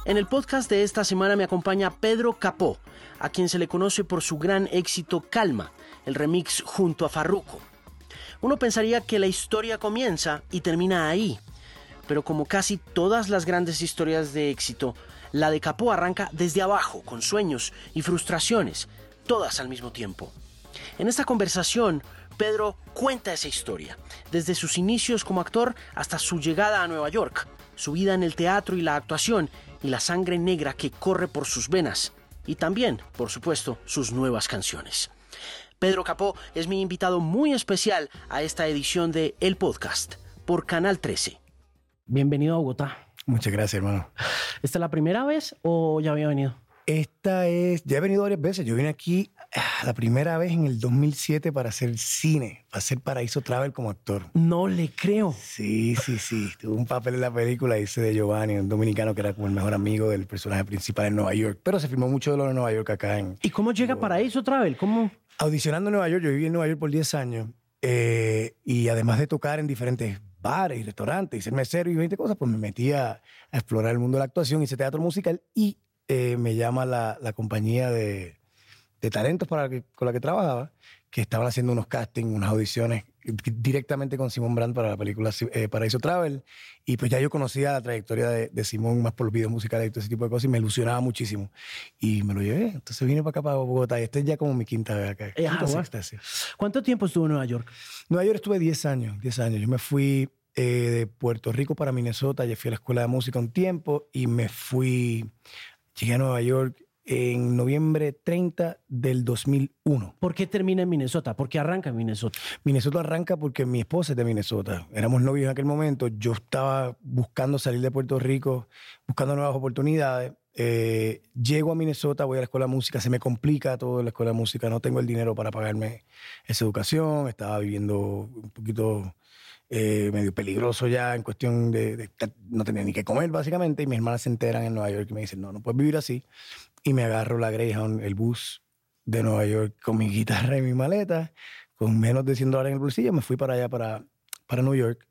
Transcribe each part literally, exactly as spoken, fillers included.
En el podcast de esta semana me acompaña Pedro Capó, a quien se le conoce por su gran éxito Calma, el remix junto a Farruko. Uno pensaría que la historia comienza y termina ahí, pero como casi todas las grandes historias de éxito, la de Capó arranca desde abajo, con sueños y frustraciones, todas al mismo tiempo. En esta conversación, Pedro cuenta esa historia, desde sus inicios como actor hasta su llegada a Nueva York, su vida en el teatro y la actuación, y la sangre negra que corre por sus venas, y también, por supuesto, sus nuevas canciones. Pedro Capó es mi invitado muy especial a esta edición de El Podcast por Canal trece. Bienvenido a Bogotá. Muchas gracias, hermano. ¿Esta es la primera vez o ya había venido? Esta es... Ya he venido varias veces. Yo vine aquí la primera vez en el dos mil siete para hacer cine, para hacer Paraíso Travel como actor. No le creo. Sí, sí, sí. Tuve un papel en la película, hice de Giovanni, un dominicano que era como el mejor amigo del personaje principal en Nueva York. Pero se filmó mucho de lo de Nueva York acá en... ¿Y cómo llega Paraíso Travel? ¿Cómo...? Audicionando en Nueva York. Yo viví en Nueva York por diez años. Eh, y además de tocar en diferentes bares y restaurantes y ser mesero y veinte cosas, pues me metí a, a explorar el mundo de la actuación, hice teatro musical y eh, me llama la, la compañía de, de talentos para la que, con la que trabajaba, que estaban haciendo unos castings, unas audiciones directamente con Simón Brand para la película eh, Paraíso Travel, y pues ya yo conocía la trayectoria de, de Simón más por los videos musicales y todo ese tipo de cosas y me ilusionaba muchísimo y me lo llevé. Entonces vine para acá, para Bogotá, y este es ya como mi quinta vez acá. Eh, Quinta, ah, sexta, sí. ¿Cuánto tiempo estuvo en Nueva York? Nueva York estuve diez años, diez años. Yo me fui eh, de Puerto Rico para Minnesota, ya fui a la escuela de música un tiempo y me fui, llegué a Nueva York en noviembre treinta del dos mil uno. ¿Por qué termina en Minnesota? ¿Por qué arranca en Minnesota? Minnesota arranca porque mi esposa es de Minnesota. Éramos novios en aquel momento. Yo estaba buscando salir de Puerto Rico, buscando nuevas oportunidades. Eh, llego a Minnesota, voy a la escuela de música, se me complica todo en la escuela de música, no tengo el dinero para pagarme esa educación, estaba viviendo un poquito eh, medio peligroso ya en cuestión de, de no tenía ni que comer básicamente, y mis hermanas se enteran en Nueva York y me dicen, no, no puedes vivir así, y me agarro la Greyhound, el bus de Nueva York con mi guitarra y mi maleta, con menos de cien dólares en el bolsillo, me fui para allá, para, para New York.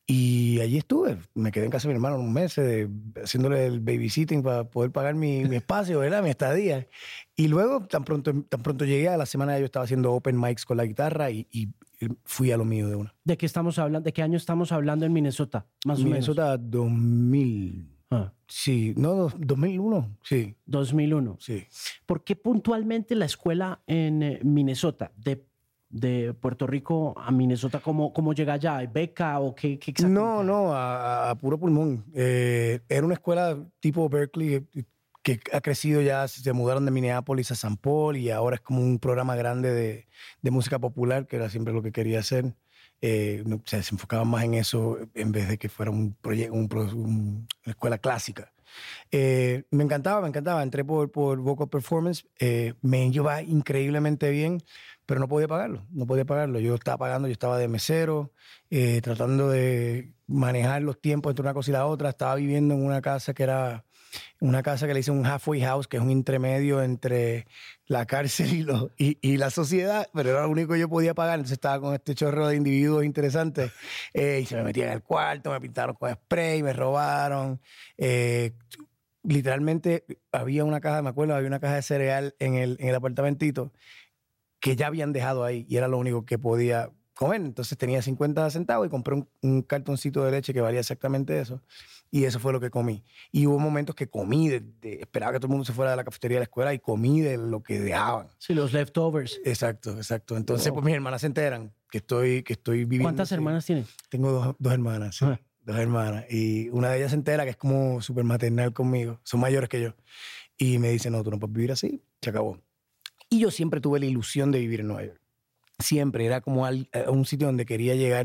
Y allí estuve, me quedé en casa de mi hermano unos meses de, haciéndole el babysitting para poder pagar mi, mi espacio, ¿verdad? Mi estadía. Y luego, tan pronto, tan pronto llegué, a la semana yo estaba haciendo open mics con la guitarra y, y fui a lo mío de una. ¿De qué estamos hablando? ¿De qué año estamos hablando en Minnesota? Más Minnesota, o menos. dos mil. Ah. Sí, no, dos mil uno, sí. dos mil uno. Sí. ¿Por qué puntualmente la escuela en eh, Minnesota? De de Puerto Rico a Minnesota, ¿cómo, cómo llega allá? ¿Hay beca o qué, qué exactamente? No, no, a, a puro pulmón. Eh, era una escuela tipo Berkeley que ha crecido ya, se mudaron de Minneapolis a San Paul y ahora es como un programa grande de, de música popular, que era siempre lo que quería hacer. Eh, no, o sea, se enfocaban más en eso en vez de que fuera un proyecto, un, un, una escuela clásica. Eh, me encantaba, me encantaba. Entré por, por Vocal Performance, eh, me iba increíblemente bien, pero no podía pagarlo, no podía pagarlo. Yo estaba pagando, yo estaba de mesero, eh, tratando de manejar los tiempos entre una cosa y la otra. Estaba viviendo en una casa que era una casa que le hice un halfway house, que es un intermedio entre la cárcel y, lo, y, y la sociedad, pero era lo único que yo podía pagar. Entonces estaba con este chorro de individuos interesantes eh, y se me metían en el cuarto, me pintaron con spray, me robaron. Eh, literalmente había una caja, me acuerdo, había una caja de cereal en el, en el apartamentito que ya habían dejado ahí y era lo único que podía comer. Entonces tenía cincuenta centavos y compré un, un cartoncito de leche que valía exactamente eso. Y eso fue lo que comí. Y hubo momentos que comí, de, de, esperaba que todo el mundo se fuera de la cafetería de la escuela y comí de lo que dejaban. Sí, los leftovers. Exacto, exacto. Entonces, oh. pues mis hermanas se enteran que estoy, que estoy viviendo. ¿Cuántas hermanas tienes? Tengo dos, dos hermanas, sí. Ah. Dos hermanas. Y una de ellas se entera que es como súper maternal conmigo. Son mayores que yo. Y me dice, no, tú no puedes vivir así. Se acabó. Y yo siempre tuve la ilusión de vivir en Nueva York. Siempre, era como al, a un sitio donde quería llegar.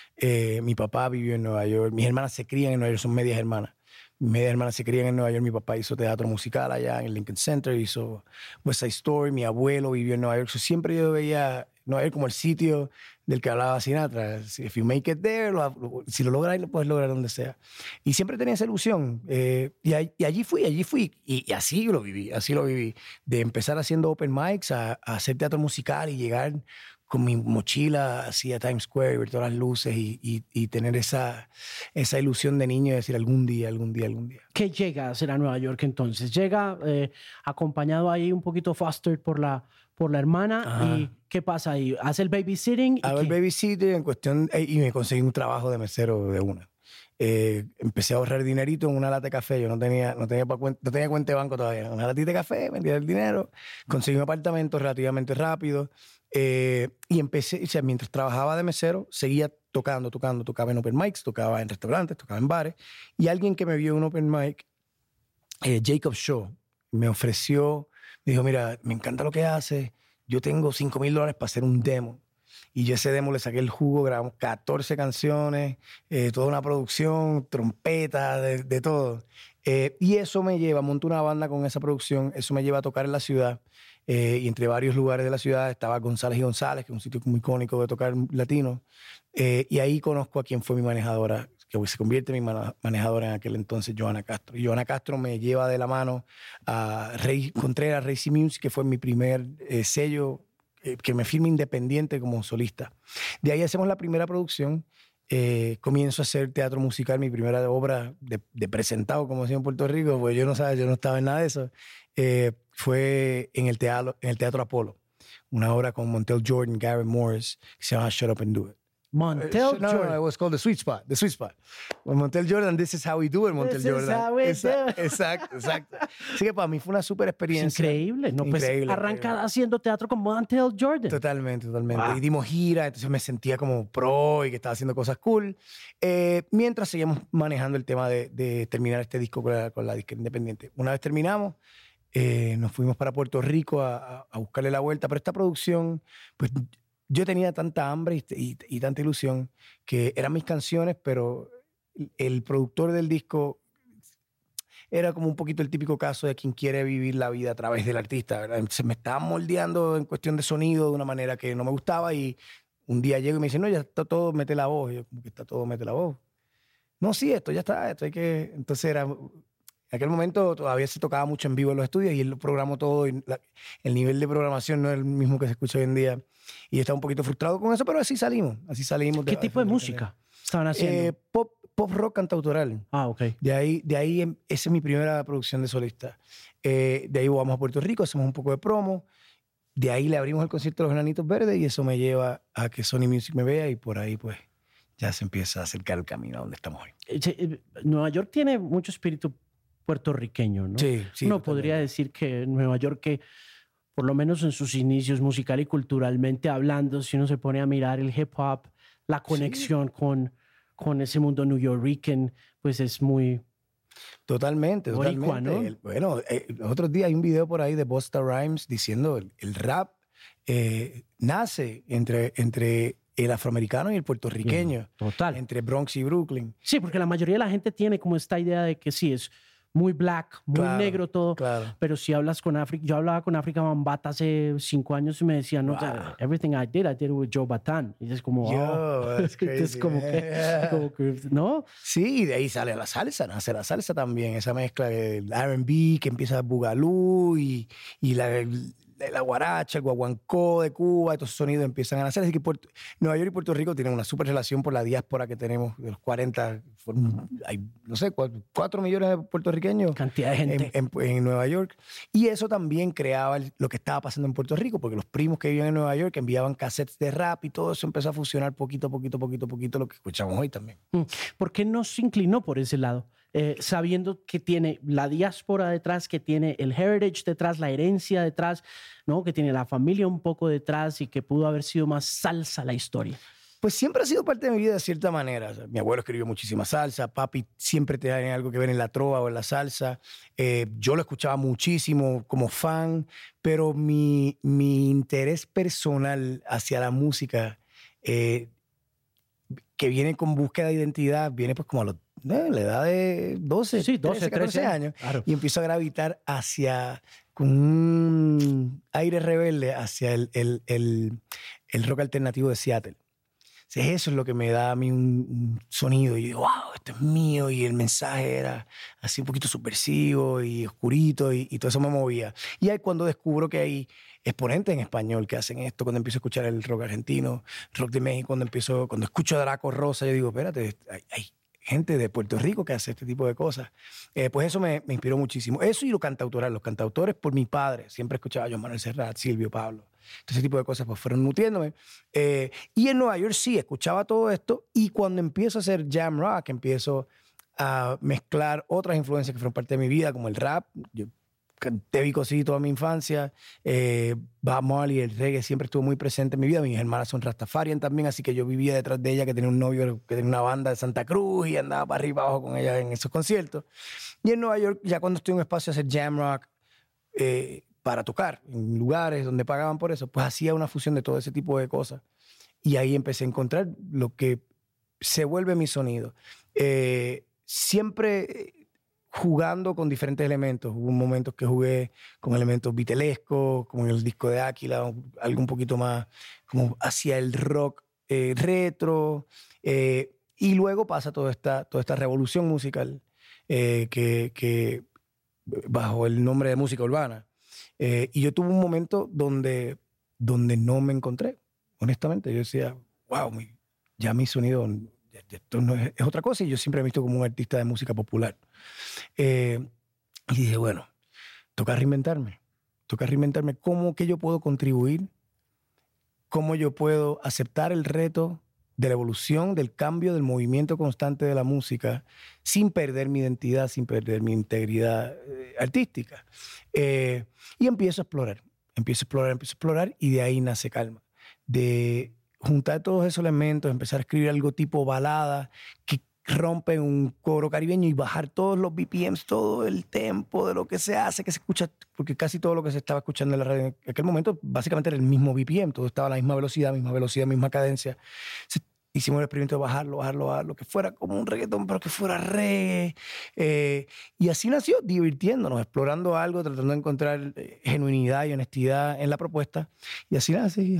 Eh, mi papá vivió en Nueva York, mis hermanas se crían en Nueva York, son medias hermanas. Mis medias hermanas se crían en Nueva York, mi papá hizo teatro musical allá en el Lincoln Center, hizo West Side Story, mi abuelo vivió en Nueva York. So, siempre yo veía Nueva York como el sitio del que hablaba Sinatra. If you make it there, lo, lo, si lo logras, lo puedes lograr donde sea. Y siempre tenía esa ilusión. Eh, y, y allí fui, allí fui. Y, y así lo viví, así lo viví. De empezar haciendo open mics a, a hacer teatro musical y llegar con mi mochila hacia Times Square y ver todas las luces y, y, y tener esa, esa ilusión de niño de decir algún día, algún día, algún día. ¿Qué llega a hacer a Nueva York entonces? Llega eh, acompañado ahí un poquito fostered por la, por la hermana. Ajá. ¿Y qué pasa ahí? ¿Hace el babysitting? Hago el babysitting en cuestión eh, y me conseguí un trabajo de mesero de una. Eh, empecé a ahorrar dinerito en una lata de café. Yo no tenía, no tenía, pa cuenta, no tenía cuenta de banco todavía. Una latita de café, vendía el dinero, conseguí un apartamento relativamente rápido. Eh, y empecé, o sea, mientras trabajaba de mesero, seguía tocando, tocando, tocaba en open mics, tocaba en restaurantes, tocaba en bares. Y alguien que me vio en un open mic, eh, Jacob Shaw, me ofreció, me dijo, mira, me encanta lo que haces, yo tengo cinco mil dólares para hacer un demo. Y yo ese demo le saqué el jugo, grabamos catorce canciones, eh, toda una producción, trompeta, de, de todo. Eh, y eso me lleva, monto una banda con esa producción, eso me lleva a tocar en la ciudad. Eh, y entre varios lugares de la ciudad estaba González y González, que es un sitio muy icónico de tocar latino. Eh, y ahí conozco a quien fue mi manejadora, que se convierte en mi manejadora en aquel entonces, Joana Castro. Y Joana Castro me lleva de la mano a Rey Contreras, Racy Music, que fue mi primer eh, sello que me firme independiente como solista. De ahí hacemos la primera producción. Eh, comienzo a hacer teatro musical, mi primera obra de, de presentado, como decía en Puerto Rico, pues yo no sabía, yo no estaba en nada de eso. Eh, fue en el, teatro, en el Teatro Apolo, una obra con Montel Jordan, Gary Morris, que se llama Shut Up and Do It. Montel uh, Jordan. No, no, it was called The Sweet Spot. The Sweet Spot. When Montel Jordan, this is how we do it, Montel this Jordan. Is how we exacto, do. exacto, exacto. Así que para mí fue una súper experiencia. Increíble, ¿no? Increíble, pues arranca increíble. haciendo teatro con Montel Jordan. Totalmente, totalmente. Wow. Y dimos gira, entonces me sentía como pro y que estaba haciendo cosas cool. Eh, mientras seguíamos manejando el tema de, de terminar este disco con la, con la disquera independiente. Una vez terminamos, eh, nos fuimos para Puerto Rico a, a, a buscarle la vuelta, pero esta producción, pues yo tenía tanta hambre y, y, y tanta ilusión que eran mis canciones, pero el productor del disco era como un poquito el típico caso de quien quiere vivir la vida a través del artista, ¿verdad? Se me estaba moldeando en cuestión de sonido de una manera que no me gustaba y un día llego y me dice, no, ya está todo, mete la voz. Y yo, como que está todo, mete la voz. No, sí, esto ya está, esto hay que... Entonces era... En aquel momento todavía se tocaba mucho en vivo en los estudios y él lo programó todo y la, el nivel de programación no es el mismo que se escucha hoy en día. Y yo estaba un poquito frustrado con eso, pero así salimos, así salimos. ¿Qué de, tipo de, de música estaban haciendo? Eh, pop, pop rock cantautoral. Ah, ok. De ahí, de ahí, esa es mi primera producción de solista. Eh, de ahí vamos a Puerto Rico, hacemos un poco de promo. De ahí le abrimos el concierto de los Enanitos Verdes y eso me lleva a que Sony Music me vea y por ahí pues ya se empieza a acercar el camino a donde estamos hoy. Eh, Nueva York tiene mucho espíritu puertorriqueño, ¿no? Sí, sí. Uno podría decir que Nueva York, que por lo menos en sus inicios musical y culturalmente hablando, si uno se pone a mirar el hip hop, la conexión sí. con, con ese mundo newyorrican, pues es muy... Totalmente, boricua, totalmente. ¿No? El, bueno, eh, los otros días hay un video por ahí de Busta Rhymes diciendo el, el rap eh, nace entre... entre el afroamericano y el puertorriqueño. Total. Entre Bronx y Brooklyn. Sí, porque la mayoría de la gente tiene como esta idea de que sí, es muy black, muy claro, negro todo. Claro. Pero si hablas con África, yo hablaba con África Bambata hace cinco años y me decían, no, wow. everything I did, I did it with Joe Batan. Y es como, Yo, oh. that's crazy. Es como que, como que, ¿no? Sí, y de ahí sale la salsa, nace la salsa también, esa mezcla del R and B que empieza Bugalú y, y la... la guaracha, el guaguancó de Cuba, estos sonidos empiezan a nacer. Así que Puerto, Nueva York y Puerto Rico tienen una súper relación por la diáspora que tenemos de los cuarenta. Hay, no sé, cuatro, cuatro millones de puertorriqueños. Cantidad de gente. En, en, en Nueva York. Y eso también creaba lo que estaba pasando en Puerto Rico, porque los primos que vivían en Nueva York enviaban cassettes de rap y todo eso empezó a fusionar poquito, poquito, poquito, poquito lo que escuchamos hoy también. ¿Por qué no se inclinó por ese lado? Eh, sabiendo que tiene la diáspora detrás, que tiene el heritage detrás, la herencia detrás, ¿no? Que tiene la familia un poco detrás y que pudo haber sido más salsa la historia. Pues siempre ha sido parte de mi vida de cierta manera. O sea, mi abuelo escribió muchísima salsa, papi siempre tenía algo que ver en la trova o en la salsa. Eh, yo lo escuchaba muchísimo como fan, pero mi, mi interés personal hacia la música, eh, que viene con búsqueda de identidad, viene pues como a los Eh, la edad de doce, sí, doce, trece, catorce años. Claro. Y empiezo a gravitar hacia, con un aire rebelde, hacia el, el, el, el rock alternativo de Seattle. Entonces eso es lo que me da a mí un, un sonido. Y yo digo, wow, esto es mío. Y el mensaje era así un poquito subversivo y oscurito y, y todo eso me movía. Y ahí cuando descubro que hay exponentes en español que hacen esto. Cuando empiezo a escuchar el rock argentino, rock de México, cuando empiezo, cuando escucho a Draco Rosa, yo digo, espérate, hay, hay gente de Puerto Rico que hace este tipo de cosas. Eh, pues eso me, me inspiró muchísimo. Eso y lo cantautoral. Los cantautores por mi padre. Siempre escuchaba a Joan Manuel Serrat, Silvio, Pablo. Ese tipo de cosas pues fueron nutriéndome. Eh, y en Nueva York sí, escuchaba todo esto. Y cuando empiezo a hacer jam rock, empiezo a mezclar otras influencias que fueron parte de mi vida, como el rap. Yo canté Vico sí toda mi infancia. Eh, Bob Marley, el reggae siempre estuvo muy presente en mi vida. Mis hermanas son Rastafarian también, así que yo vivía detrás de ella, que tenía un novio que tenía una banda de Santa Cruz y andaba para arriba y abajo con ella en esos conciertos. Y en Nueva York, ya cuando estoy en un espacio a hacer jam rock, eh, para tocar en lugares donde pagaban por eso, pues hacía una fusión de todo ese tipo de cosas. Y ahí empecé a encontrar lo que se vuelve mi sonido. Eh, siempre jugando con diferentes elementos. Hubo momentos que jugué con elementos vitelescos, como en el disco de Áquila, algo un poquito más como hacia el rock eh, retro. Eh, y luego pasa toda esta, toda esta revolución musical eh, que, que bajo el nombre de música urbana. Eh, y yo tuve un momento donde, donde no me encontré, honestamente. Yo decía, wow, mi, ya mi sonido esto no es, es otra cosa, y yo siempre me he visto como un artista de música popular. Eh, y dije, bueno, toca reinventarme. Toca reinventarme. ¿Cómo que yo puedo contribuir? ¿Cómo yo puedo aceptar el reto de la evolución, del cambio, del movimiento constante de la música sin perder mi identidad, sin perder mi integridad eh, artística? Eh, y empiezo a explorar, empiezo a explorar, empiezo a explorar, y de ahí nace Calma. De juntar todos esos elementos, empezar a escribir algo tipo balada que rompe un coro caribeño y bajar todos los B P Ms, todo el tempo de lo que se hace, que se escucha, porque casi todo lo que se estaba escuchando en la radio en aquel momento básicamente era el mismo B P M, todo estaba a la misma velocidad, misma velocidad, misma cadencia. Se, hicimos el experimento de bajarlo, bajarlo, bajarlo, que fuera como un reggaetón, pero que fuera reggae. Eh, y así nació, divirtiéndonos, explorando algo, tratando de encontrar genuinidad y honestidad en la propuesta. Y así nace.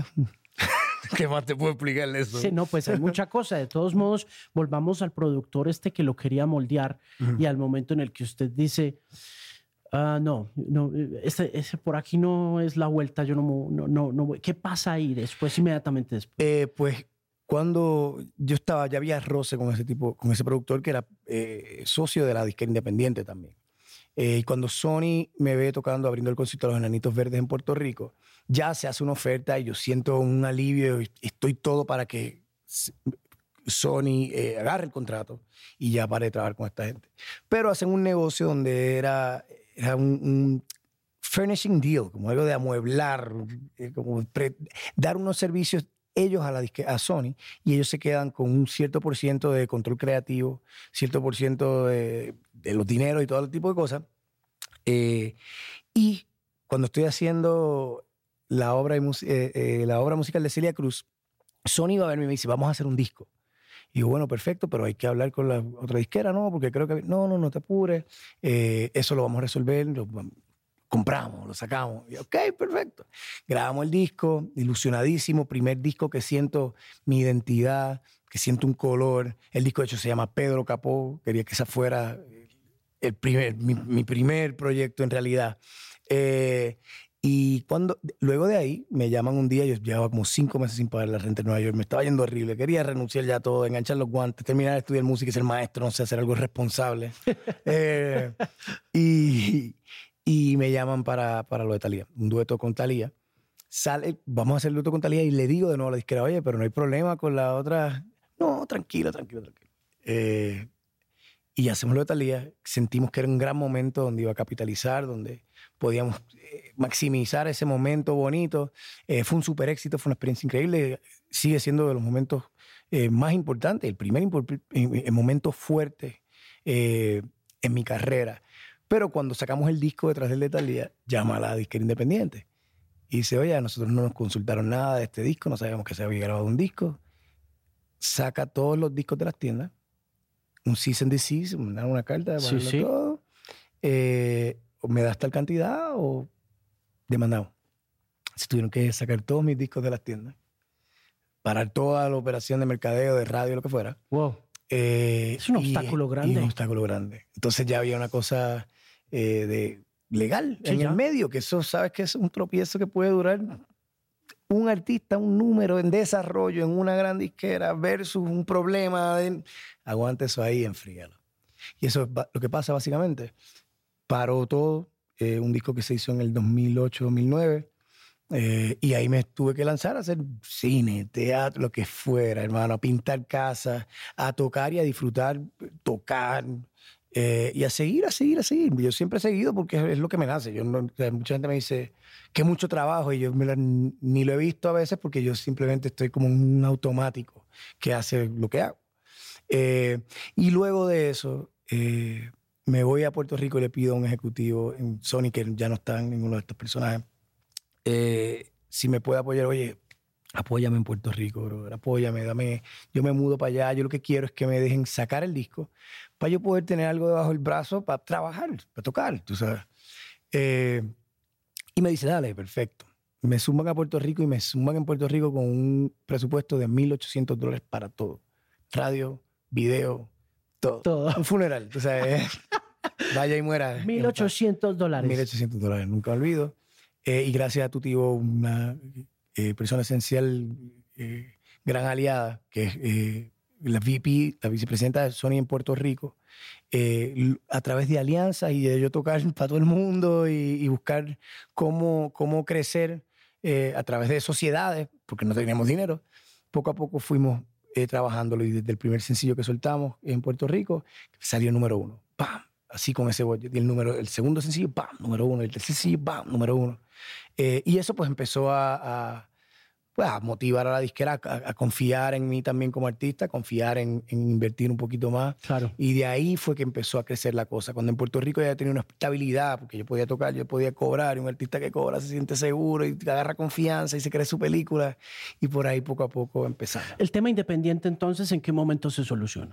¿Qué más te puedo explicar de eso? Sí, no, pues hay mucha cosa. De todos modos, volvamos al productor este que lo quería moldear, uh-huh. y al momento en el que usted dice, uh, no, no este, ese por aquí no es la vuelta, yo no, no, no, no voy. ¿Qué pasa ahí después, inmediatamente después? Eh, pues cuando yo estaba, ya había roce con ese tipo, con ese productor que era eh, socio de la disquera independiente también. Eh, y cuando Sony me ve tocando, abriendo el concierto a los Enanitos Verdes en Puerto Rico, ya se hace una oferta y yo siento un alivio y estoy todo para que Sony eh, agarre el contrato y ya pare de trabajar con esta gente. Pero hacen un negocio donde era, era un, un furnishing deal, como algo de amueblar, eh, como pre, dar unos servicios ellos a, la disque, a Sony, y ellos se quedan con un cierto por ciento de control creativo, cierto por ciento de, de los dineros y todo el tipo de cosas. Eh, y cuando estoy haciendo la obra, eh, eh, la obra musical de Celia Cruz, Sony va a verme y me dice, vamos a hacer un disco. Y digo, bueno, perfecto, pero hay que hablar con la otra disquera, ¿no? Porque creo que... No, no, no te apures. Eh, eso lo vamos a resolver. Lo compramos, lo sacamos. Y ok, perfecto. Grabamos el disco, ilusionadísimo. Primer disco que siento mi identidad, que siento un color. El disco, de hecho, se llama Pedro Capó. Quería que esa fuera el primer, mi, mi primer proyecto en realidad. Eh, Y cuando, luego de ahí, me llaman un día, yo llevaba como cinco meses sin pagar la renta en Nueva York, me estaba yendo horrible, quería renunciar ya a todo, enganchar los guantes, terminar de estudiar música y ser maestro, no sé, hacer algo responsable. eh, y, y me llaman para, para lo de Thalía, un dueto con Thalía. Sale, vamos a hacer el dueto con Thalía y le digo de nuevo a la disquera, oye, pero no hay problema con la otra. No, tranquilo, tranquilo, tranquilo. Eh, y hacemos lo de Thalía, sentimos que era un gran momento donde iba a capitalizar, donde podíamos eh, maximizar ese momento bonito. Eh, fue un súper éxito, fue una experiencia increíble. Sigue siendo de los momentos eh, más importantes, el primer impor- el momento fuerte eh, en mi carrera. Pero cuando sacamos el disco detrás del de Thalía, llama a la disquera independiente y dice, oye, a nosotros no nos consultaron nada de este disco, no sabíamos que se había grabado un disco. Saca todos los discos de las tiendas, un cease and desist, mandaron una carta, sí, sí. todo. Eh, o me das tal cantidad o demandamos. Se tuvieron que sacar todos mis discos de las tiendas, parar toda la operación de mercadeo, de radio, lo que fuera. Wow. Eh, es un y, obstáculo grande. Y un obstáculo grande. Entonces ya había una cosa eh, de legal Sí, en ya. el medio, que eso, sabes que es un tropiezo que puede durar un artista, un número en desarrollo en una gran disquera versus un problema. De... Aguante eso ahí, enfríalo. Y eso es lo que pasa básicamente. Paró todo, eh, un disco que se hizo en el dos mil ocho, dos mil nueve, eh, y ahí me tuve que lanzar a hacer cine, teatro, lo que fuera, hermano, a pintar casas, a tocar y a disfrutar, tocar, eh, y a seguir, a seguir, a seguir. Yo siempre he seguido porque es lo que me nace. Yo no, o sea, mucha gente me dice que es mucho trabajo y yo me la, ni lo he visto a veces porque yo simplemente estoy como un automático que hace lo que hago. Eh, y luego de eso... Eh, me voy a Puerto Rico y le pido a un ejecutivo en Sony, que ya no está en ninguno de estos personajes, eh, si me puede apoyar. Oye, apóyame en Puerto Rico, brother, apóyame, dame, yo me mudo para allá, yo lo que quiero es que me dejen sacar el disco para yo poder tener algo debajo del brazo para trabajar, para tocar, tú sabes. Eh, y me dice, dale, perfecto. Me suman a Puerto Rico y me suman en Puerto Rico con un presupuesto de mil ochocientos dólares para todo. Radio, video, todo. Todo. Un funeral, tú sabes. Vaya y muera. mil ochocientos dólares. mil ochocientos dólares, nunca olvido. Eh, y gracias a tu tío, una eh, persona esencial, eh, gran aliada, que es eh, la V P, la vicepresidenta de Sony en Puerto Rico, eh, a través de alianzas y de yo tocar para todo el mundo y, y buscar cómo, cómo crecer eh, a través de sociedades, porque no teníamos dinero. Poco a poco fuimos eh, trabajándolo y desde el primer sencillo que soltamos en Puerto Rico salió número uno. ¡Pam! Así con ese budget. Y el, número, el segundo sencillo, ¡pam! Número uno. El tercer sencillo, ¡pam! Número uno. Eh, y eso pues empezó a, a, pues, a motivar a la disquera a, a confiar en mí también como artista, a confiar en, en invertir un poquito más. Claro. Y de ahí fue que empezó a crecer la cosa. Cuando en Puerto Rico ya tenía una estabilidad, porque yo podía tocar, yo podía cobrar, y un artista que cobra se siente seguro y agarra confianza y se cree su película. Y por ahí poco a poco empezamos. El tema independiente entonces, ¿en qué momento se soluciona?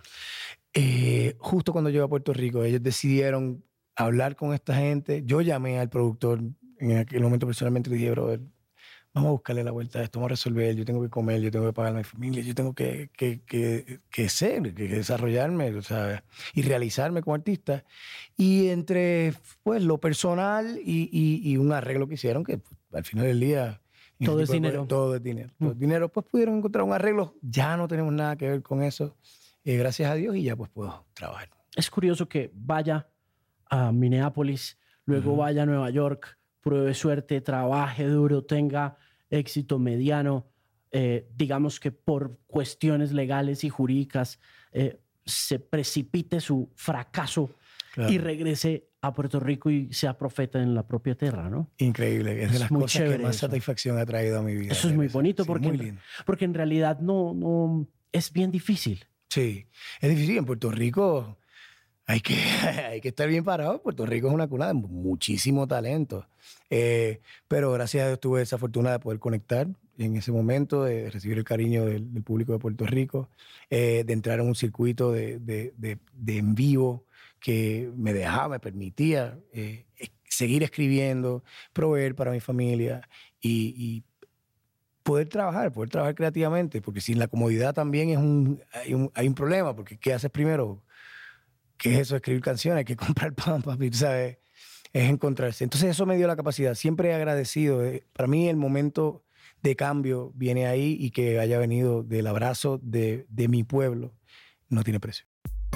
Eh, justo cuando llegué a Puerto Rico, ellos decidieron hablar con esta gente. Yo llamé al productor en aquel momento personalmente y le dije, brother, vamos a buscarle la vuelta a esto, vamos a resolver, yo tengo que comer, yo tengo que pagar a mi familia, yo tengo que, que, que, que ser, que, que desarrollarme, ¿sabes? Y realizarme como artista. Y entre pues, lo personal y, y, y un arreglo que hicieron, que pues, al final del día... Todo es dinero. Pues, todo es dinero. Todo es dinero, pues pudieron encontrar un arreglo. Ya no tenemos nada que ver con eso. Eh, gracias a Dios, y ya pues puedo trabajar. Es curioso que vaya a Minneapolis, luego uh-huh. vaya a Nueva York, pruebe suerte, trabaje duro, tenga éxito mediano, eh, digamos que por cuestiones legales y jurídicas eh, se precipite su fracaso, claro, y regrese a Puerto Rico y sea profeta en la propia tierra, ¿no? Increíble, es, es de las cosas que más eso. satisfacción ha traído a mi vida. Eso es muy bonito, sí, porque, muy lindo. porque en realidad no, no es bien difícil. Sí, es difícil. En Puerto Rico hay que, hay que estar bien parado. Puerto Rico es una cuna de muchísimo talento. Eh, pero gracias a Dios tuve esa fortuna de poder conectar en ese momento, de recibir el cariño del, del público de Puerto Rico, eh, de entrar en un circuito de, de, de, de en vivo que me dejaba, me permitía eh, seguir escribiendo, proveer para mi familia y, y poder trabajar, poder trabajar creativamente, porque sin la comodidad también es un, hay, un, hay un problema, porque ¿qué haces primero? ¿Qué es eso? Escribir canciones, hay que comprar pan, papi, tú sabes, es encontrarse. Entonces eso me dio la capacidad, siempre he agradecido. Para mí el momento de cambio viene ahí, y que haya venido del abrazo de, de mi pueblo no tiene precio.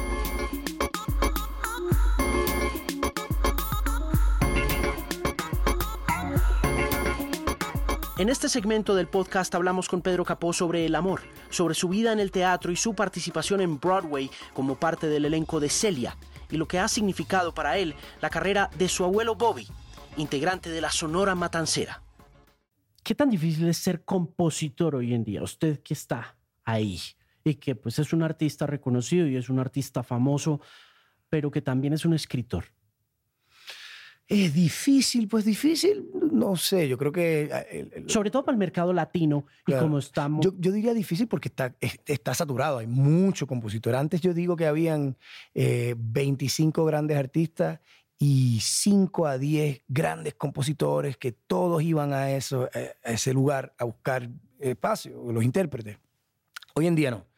En este segmento del podcast hablamos con Pedro Capó sobre el amor, sobre su vida en el teatro y su participación en Broadway como parte del elenco de Celia, y lo que ha significado para él la carrera de su abuelo Bobby, integrante de la Sonora Matancera. ¿Qué tan difícil es ser compositor hoy en día? Usted que está ahí y que pues es un artista reconocido y es un artista famoso, pero que también es un escritor. Es difícil, pues difícil, no sé, yo creo que... El, el, Sobre todo para el mercado latino, claro, y como estamos... Yo, yo diría difícil porque está, está saturado, hay mucho compositor. Antes yo digo que habían eh, veinticinco grandes artistas y cinco a diez grandes compositores que todos iban a, eso, a ese lugar a buscar espacio, los intérpretes. Hoy en día no.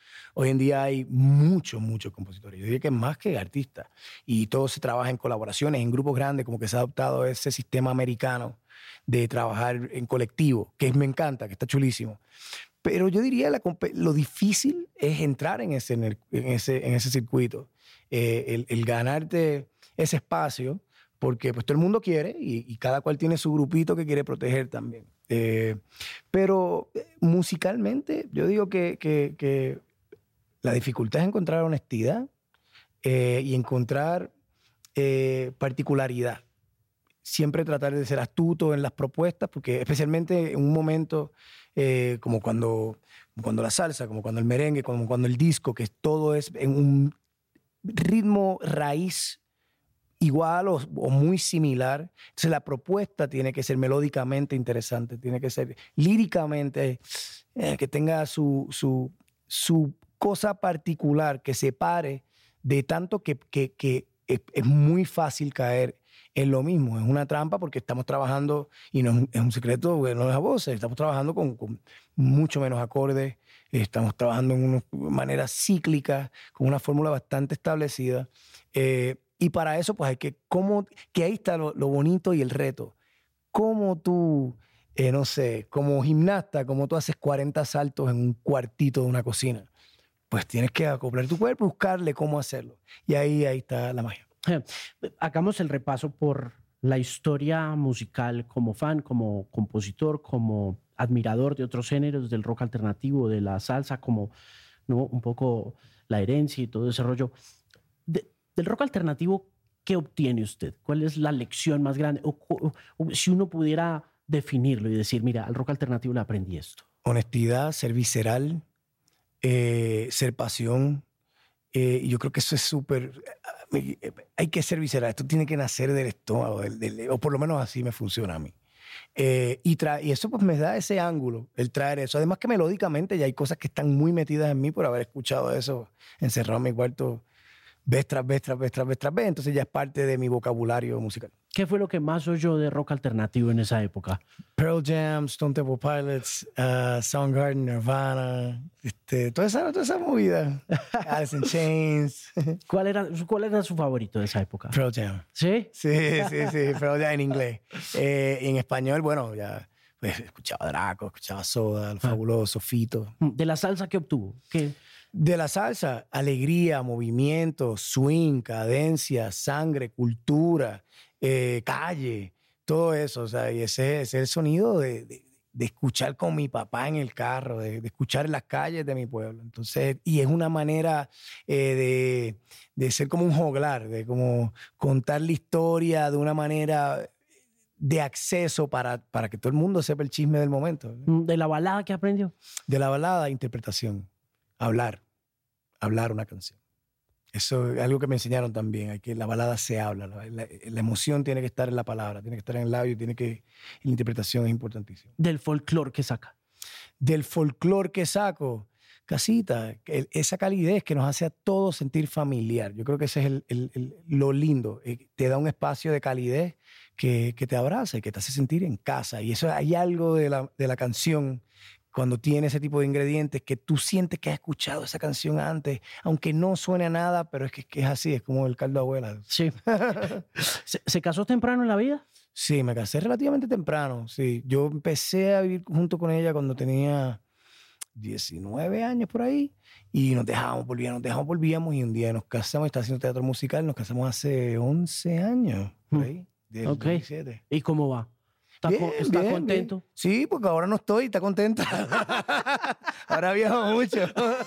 Hoy en día hay muchos, muchos compositores. Yo diría que más que artistas. Y todo se trabaja en colaboraciones, en grupos grandes, como que se ha adoptado ese sistema americano de trabajar en colectivo, que me encanta, que está chulísimo. Pero yo diría la, lo difícil es entrar en ese, en ese, en ese circuito, eh, el, el ganarte ese espacio, porque pues todo el mundo quiere y, y cada cual tiene su grupito que quiere proteger también. Eh, pero eh, musicalmente yo digo que, que, que la dificultad es encontrar honestidad eh, y encontrar eh, particularidad. Siempre tratar de ser astuto en las propuestas, porque especialmente en un momento eh, como, cuando, como cuando la salsa, como cuando el merengue, como cuando el disco, que todo es en un ritmo raíz igual o, o muy similar. Entonces la propuesta tiene que ser melódicamente interesante, tiene que ser líricamente, eh, que tenga su, su, su cosa particular, que separe de tanto que, que, que es, es muy fácil caer en lo mismo. Es una trampa porque estamos trabajando, y no es un, es un secreto, no es a voces, estamos trabajando con, con mucho menos acordes, estamos trabajando en una manera cíclica, con una fórmula bastante establecida. Eh, Y para eso, pues hay que, cómo, que ahí está lo, lo bonito y el reto. Cómo tú, eh, no sé, como gimnasta, cómo tú haces cuarenta saltos en un cuartito de una cocina. Pues tienes que acoplar tu cuerpo y buscarle cómo hacerlo. Y ahí, ahí está la magia. Eh, Hagamos el repaso por la historia musical como fan, como compositor, como admirador de otros géneros, del rock alternativo, de la salsa, como, ¿no?, un poco la herencia y todo ese rollo. De, Del rock alternativo, ¿qué obtiene usted? ¿Cuál es la lección más grande? O, o, o si uno pudiera definirlo y decir, mira, al rock alternativo le aprendí esto. Honestidad, ser visceral, eh, ser pasión. Eh, y yo creo que eso es súper... Hay que ser visceral. Esto tiene que nacer del estómago, del, del, o por lo menos así me funciona a mí. Eh, y, tra y eso pues me da ese ángulo, el traer eso. Además que melódicamente ya hay cosas que están muy metidas en mí por haber escuchado eso encerrado en mi cuarto vez tras vez, tras vez, tras vez, tras vez. Entonces ya es parte de mi vocabulario musical. ¿Qué fue lo que más oyó de rock alternativo en esa época? Pearl Jam, Stone Temple Pilots, uh, Soundgarden, Nirvana, este, toda esa, toda esa movida. Alice in Chains. ¿Cuál era, ¿Cuál era su favorito de esa época? Pearl Jam. ¿Sí? Sí, sí, sí, Pearl Jam en inglés. Eh, y en español, bueno, ya pues, escuchaba Draco, escuchaba Soda, Los Fabulosos, Fito. ¿De la salsa qué obtuvo? ¿Qué? De la salsa, alegría, movimiento, swing, cadencia, sangre, cultura, eh, calle, todo eso. O sea, y ese, ese es el sonido de, de, de escuchar con mi papá en el carro, de, de escuchar en las calles de mi pueblo. Entonces, y es una manera eh, de, de ser como un joglar, de como contar la historia de una manera de acceso para, para que todo el mundo sepa el chisme del momento. ¿De la balada que aprendió? De la balada, interpretación. Hablar, hablar una canción. Eso es algo que me enseñaron también, hay que la balada se habla, la, la, la emoción tiene que estar en la palabra, tiene que estar en el labio, tiene que, la interpretación es importantísima. Del folclore que saca. Del folclore que saco, casita, el, esa calidez que nos hace a todos sentir familiar. Yo creo que ese es el, el, el, lo lindo, eh, te da un espacio de calidez que, que te abraza y que te hace sentir en casa. Y eso hay algo de la, de la canción cuando tiene ese tipo de ingredientes que tú sientes que has escuchado esa canción antes, aunque no suene a nada, pero es que, que es así, es como el caldo de abuela. Sí. ¿Se, ¿Se casó temprano en la vida? Sí, me casé relativamente temprano, sí. Yo empecé a vivir junto con ella cuando tenía diecinueve años por ahí y nos dejábamos, volvíamos, nos dejábamos, volvíamos y un día nos casamos, está haciendo teatro musical, nos casamos hace once años, por ahí, del Ok. veintisiete. ¿Y cómo va? ¿Está, Bien, co está bien, contento? bien. Sí, porque ahora no estoy, está contenta. Ahora viajo mucho.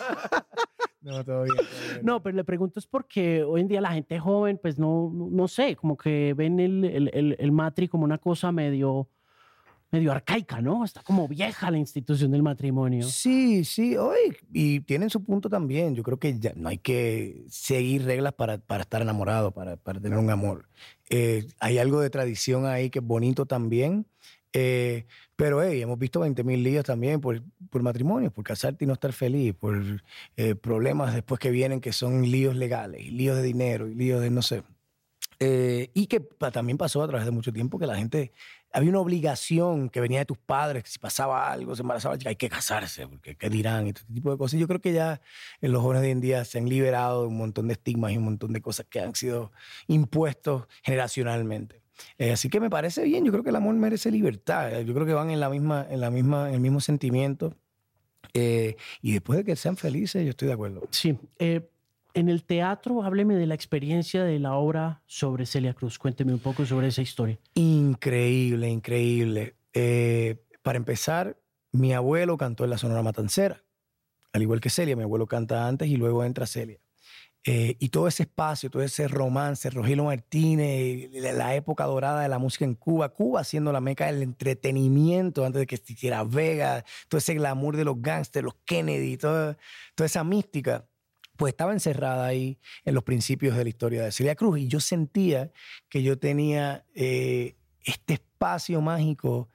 No, todo bien, todo bien. No, pero le pregunto es porque hoy en día la gente joven, pues no, no, no sé, como que ven el, el, el, el matri como una cosa medio, medio arcaica, ¿no? Está como vieja la institución del matrimonio. Sí, sí, hoy y tienen su punto también. Yo creo que ya no hay que seguir reglas para, para estar enamorado, para, para tener un amor. Eh, hay algo de tradición ahí que es bonito también. Eh, pero hey, hemos visto veinte mil líos también por, por matrimonios, por casarte y no estar feliz, por eh, problemas después que vienen que son líos legales, líos de dinero y líos de no sé. Eh, y que pa, también pasó a través de mucho tiempo que la gente había una obligación que venía de tus padres, que si pasaba algo, se embarazaba la chica, hay que casarse, porque qué dirán, y este tipo de cosas. Yo creo que ya en los jóvenes de hoy en día se han liberado de un montón de estigmas y un montón de cosas que han sido impuestos generacionalmente. Eh, así que me parece bien, yo creo que el amor merece libertad, yo creo que van en la misma, en la misma, en el mismo sentimiento, eh, y después de que sean felices, yo estoy de acuerdo. Sí, eh, en el teatro, hábleme de la experiencia de la obra sobre Celia Cruz, cuénteme un poco sobre esa historia. Increíble, increíble. Eh, para empezar, mi abuelo cantó en la Sonora Matancera, al igual que Celia, mi abuelo canta antes y luego entra Celia. Eh, y todo ese espacio, todo ese romance, Rogelio Martínez, la, la época dorada de la música en Cuba, Cuba siendo la meca del entretenimiento antes de que existiera Vega, todo ese glamour de los gángsters, los Kennedy, toda, toda esa mística, pues estaba encerrada ahí en los principios de la historia de Celia Cruz. Y yo sentía que yo tenía eh, este espacio mágico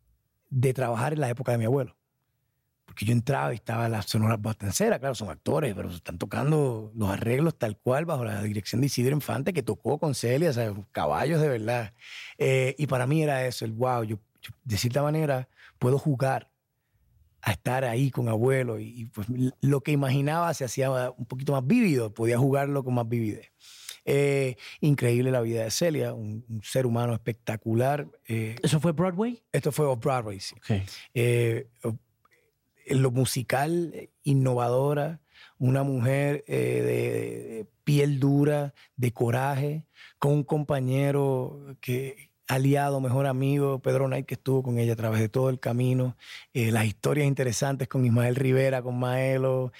de trabajar en la época de mi abuelo. Porque yo entraba y estaba la Sonora Matancera, claro, son actores, pero están tocando los arreglos tal cual bajo la dirección de Isidro Infante, que tocó con Celia, o sea, caballos de verdad. Eh, y para mí era eso, el wow, yo, yo de cierta manera puedo jugar a estar ahí con abuelo, y, y pues lo que imaginaba se hacía un poquito más vívido, podía jugarlo con más vividez. Eh, increíble la vida de Celia, un, un ser humano espectacular. Eh, ¿Eso fue Broadway? Esto fue Off-Broadway, sí. Okay. Eh, en lo musical, innovadora, una mujer eh, de, de piel dura, de coraje, con un compañero que aliado, mejor amigo, Pedro Knight, que estuvo con ella a través de todo el camino, eh, las historias interesantes con Ismael Rivera, con Maelo,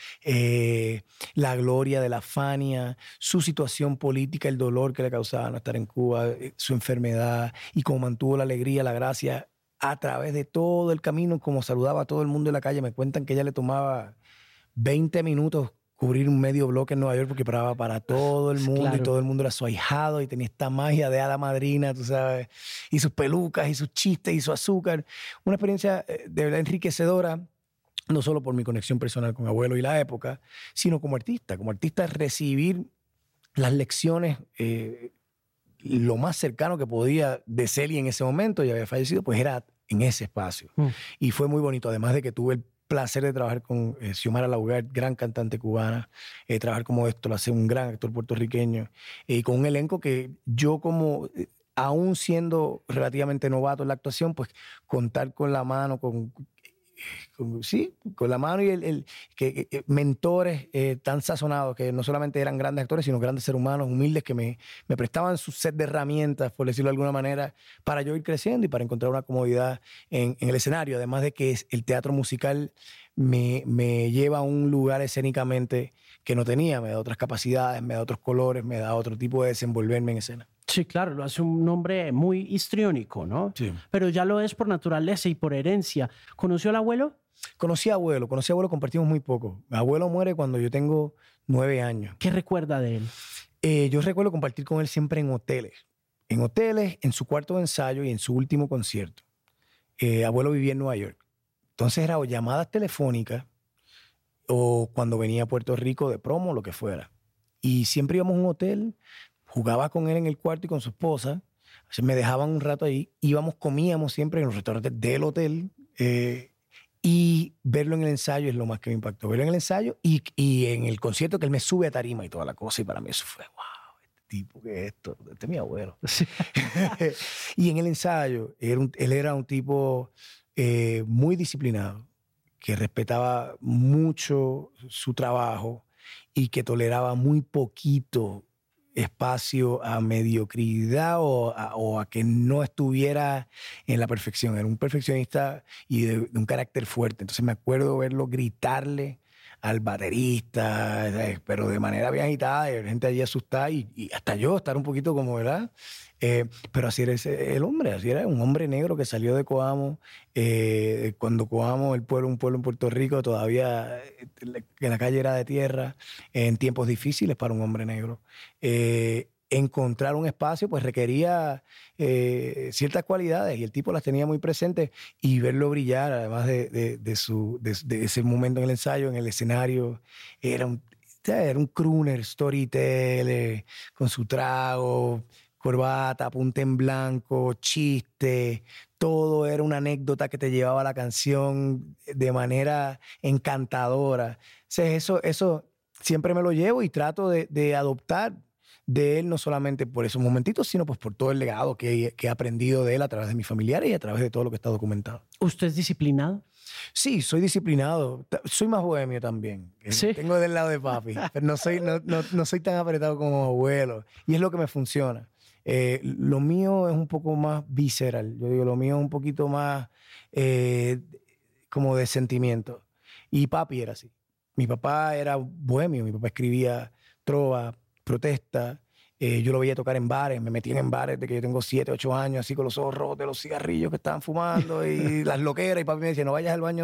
eh, la gloria de la Fania, su situación política, el dolor que le causaba no estar en Cuba, eh, su enfermedad, y cómo mantuvo la alegría, la gracia a través de todo el camino, como saludaba a todo el mundo en la calle. Me cuentan que ella le tomaba veinte minutos cubrir un medio bloque en Nueva York porque paraba para todo el mundo, claro, y todo el mundo era su ahijado y tenía esta magia de hada madrina, tú sabes, y sus pelucas y sus chistes y su azúcar. Una experiencia de verdad enriquecedora, no solo por mi conexión personal con abuelo y la época, sino como artista. Como artista, recibir las lecciones eh, lo más cercano que podía de Celia en ese momento, ya había fallecido, pues era en ese espacio. Mm. Y fue muy bonito, además de que tuve el placer de trabajar con eh, Xiomara Laugar, gran cantante cubana, eh, trabajar como esto, lo hace un gran actor puertorriqueño, y eh, con un elenco que yo como, eh, aún siendo relativamente novato en la actuación, pues contar con la mano, con... Con, sí, con la mano y el, el que, que mentores eh, tan sazonados que no solamente eran grandes actores, sino grandes seres humanos, humildes, que me, me prestaban su set de herramientas, por decirlo de alguna manera, para yo ir creciendo y para encontrar una comodidad en, en el escenario. Además de que el teatro musical me, me lleva a un lugar escénicamente que no tenía, me da otras capacidades, me da otros colores, me da otro tipo de desenvolverme en escena. Sí, claro, lo hace un hombre muy histriónico, ¿no? Sí. Pero ya lo es por naturaleza y por herencia. ¿Conoció al abuelo? Conocí a abuelo, conocí a abuelo, compartimos muy poco. Mi abuelo muere cuando yo tengo nueve años. ¿Qué recuerda de él? Eh, yo recuerdo compartir con él siempre en hoteles. En hoteles, en su cuarto de ensayo y en su último concierto. Eh, abuelo vivía en Nueva York. Entonces era o llamadas telefónicas o cuando venía a Puerto Rico de promo, lo que fuera. Y siempre íbamos a un hotel, jugaba con él en el cuarto y con su esposa. O sea, me dejaban un rato ahí. Íbamos, comíamos siempre en los restaurantes del hotel. Eh, y verlo en el ensayo es lo más que me impactó. Verlo en el ensayo y, y en el concierto que él me sube a tarima y toda la cosa. Y para mí eso fue, wow, este tipo, ¿qué es esto? Este es mi abuelo. Sí. Y en el ensayo, él, un, él era un tipo eh, muy disciplinado, que respetaba mucho su trabajo y que toleraba muy poquito espacio a mediocridad o a, o a que no estuviera en la perfección. Era un perfeccionista y de, de un carácter fuerte. Entonces me acuerdo verlo gritarle al baterista, pero de manera bien agitada, y la gente allí asustada y, y hasta yo estar un poquito como, ¿verdad? Eh, pero así era ese, el hombre, así era un hombre negro que salió de Coamo, eh, cuando Coamo, el pueblo, un pueblo en Puerto Rico, todavía en la calle era de tierra, en tiempos difíciles para un hombre negro. Eh, encontrar un espacio pues requería eh, ciertas cualidades y el tipo las tenía muy presentes, y verlo brillar, además de, de, de, su, de, de ese momento en el ensayo, en el escenario, era un, era un crooner, storyteller, con su trago, corbata, punta en blanco, chiste, todo era una anécdota que te llevaba a la canción de manera encantadora. O sea, eso, eso siempre me lo llevo y trato de, de adoptar de él, no solamente por esos momentitos, sino pues por todo el legado que, que he aprendido de él a través de mis familiares y a través de todo lo que está documentado. ¿Usted es disciplinado? Sí, soy disciplinado. Soy más bohemio también. Sí. Tengo del lado de papi, pero no soy, no, no, no soy tan apretado como abuelo. Y es lo que me funciona. Eh, lo mío es un poco más visceral. Yo digo, lo mío es un poquito más eh, como de sentimiento. Y papi era así. Mi papá era bohemio. Mi papá escribía trova, protesta. Eh, yo lo veía tocar en bares, me metían en bares de que yo tengo siete, ocho años, así con los ojos rojos de los cigarrillos que estaban fumando y las loqueras. Y papi me decía, no vayas al baño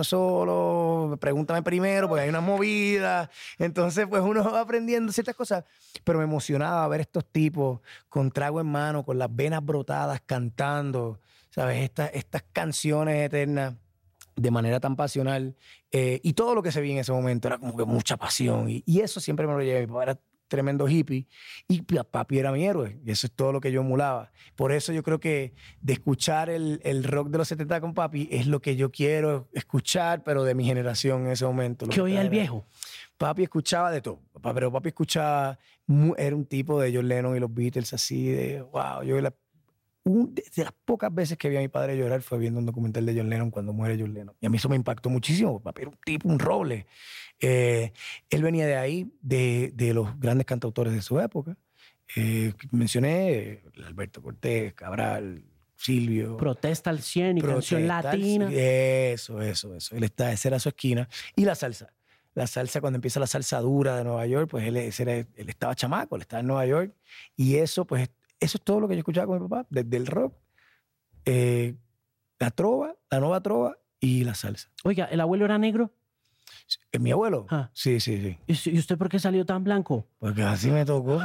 solo, pregúntame primero porque hay una movida. Entonces, pues uno va aprendiendo ciertas cosas. Pero me emocionaba ver estos tipos con trago en mano, con las venas brotadas, cantando, ¿sabes? Estas, estas canciones eternas de manera tan pasional. Eh, y todo lo que se veía en ese momento era como que mucha pasión. Y, y eso siempre me lo llevé. Mi papá era tremendo hippie y papi era mi héroe y eso es todo lo que yo emulaba. Por eso yo creo que de escuchar el, el rock de los setenta con papi es lo que yo quiero escuchar, pero de mi generación en ese momento. ¿Qué oía el viejo? Papi escuchaba de todo, pero papi escuchaba, era un tipo de John Lennon y los Beatles así de wow. Yo la, un, de las pocas veces que vi a mi padre llorar fue viendo un documental de John Lennon cuando muere John Lennon. Y a mí eso me impactó muchísimo. Papi era un tipo, un roble. Eh, él venía de ahí, de, de los grandes cantautores de su época. Eh, mencioné Alberto Cortés, Cabral, Silvio. Protesta al cien y Canción Latina. Eso, eso, eso. Él está, esa era su esquina. Y la salsa. La salsa, cuando empieza la salsa dura de Nueva York, pues él, ese era, él estaba chamaco, él estaba en Nueva York. Y eso, pues, eso es todo lo que yo escuchaba con mi papá, desde el rock, eh, la trova, la nueva trova y la salsa. Oiga, ¿el abuelo era negro? ¿Mi abuelo? Ah. Sí, sí, sí. ¿Y usted por qué salió tan blanco? Porque así me tocó.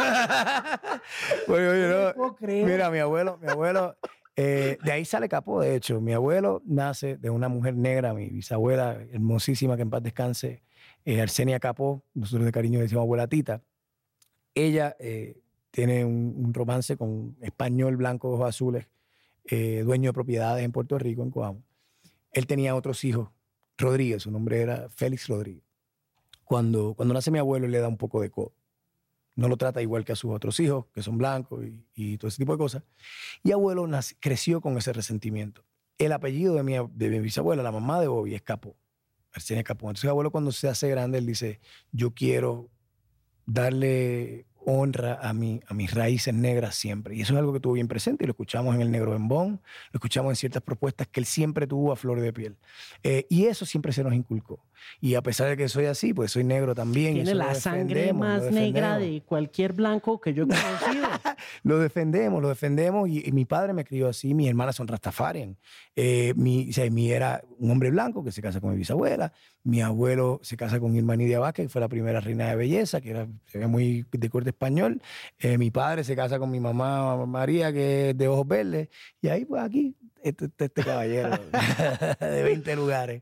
Oye, oye, no. puedo creer. Mira, mi abuelo, mi abuelo, eh, de ahí sale Capó, de hecho. Mi abuelo nace de una mujer negra, mi bisabuela hermosísima, que en paz descanse, eh, Arsenia Capó, nosotros de cariño le decimos abuela Tita. Ella eh, tiene un, un romance con un español blanco, ojos azules, eh, dueño de propiedades en Puerto Rico, en Coamo. Él tenía otros hijos. Rodríguez, su nombre era Félix Rodríguez. Cuando, cuando nace mi abuelo, él le da un poco de codo. No lo trata igual que a sus otros hijos, que son blancos y, y todo ese tipo de cosas. Y abuelo nace, creció con ese resentimiento. El apellido de mi, de mi bisabuela, la mamá de Bobby, es Capó. Arsenia Capó. Entonces, abuelo, cuando se hace grande, él dice, yo quiero darle honra a, mi, a mis raíces negras siempre. Y eso es algo que tuvo bien presente y lo escuchamos en El Negro Bembón, lo escuchamos en ciertas propuestas que él siempre tuvo a flor de piel. Eh, y eso siempre se nos inculcó. Y a pesar de que soy así, pues soy negro también. Tiene la sangre más negra de cualquier blanco que yo he conocido. Lo defendemos, lo defendemos. Y, y mi padre me crió así, mis hermanas son rastafarian. Eh, mi, o sea, mi era un hombre blanco que se casa con mi bisabuela. Mi abuelo se casa con Irma Nidia Vázquez, que fue la primera reina de belleza, que era, se ve muy de corte español. Eh, mi padre se casa con mi mamá María, que es de ojos verdes. Y ahí, pues aquí, este, este, este caballero de veinte lugares.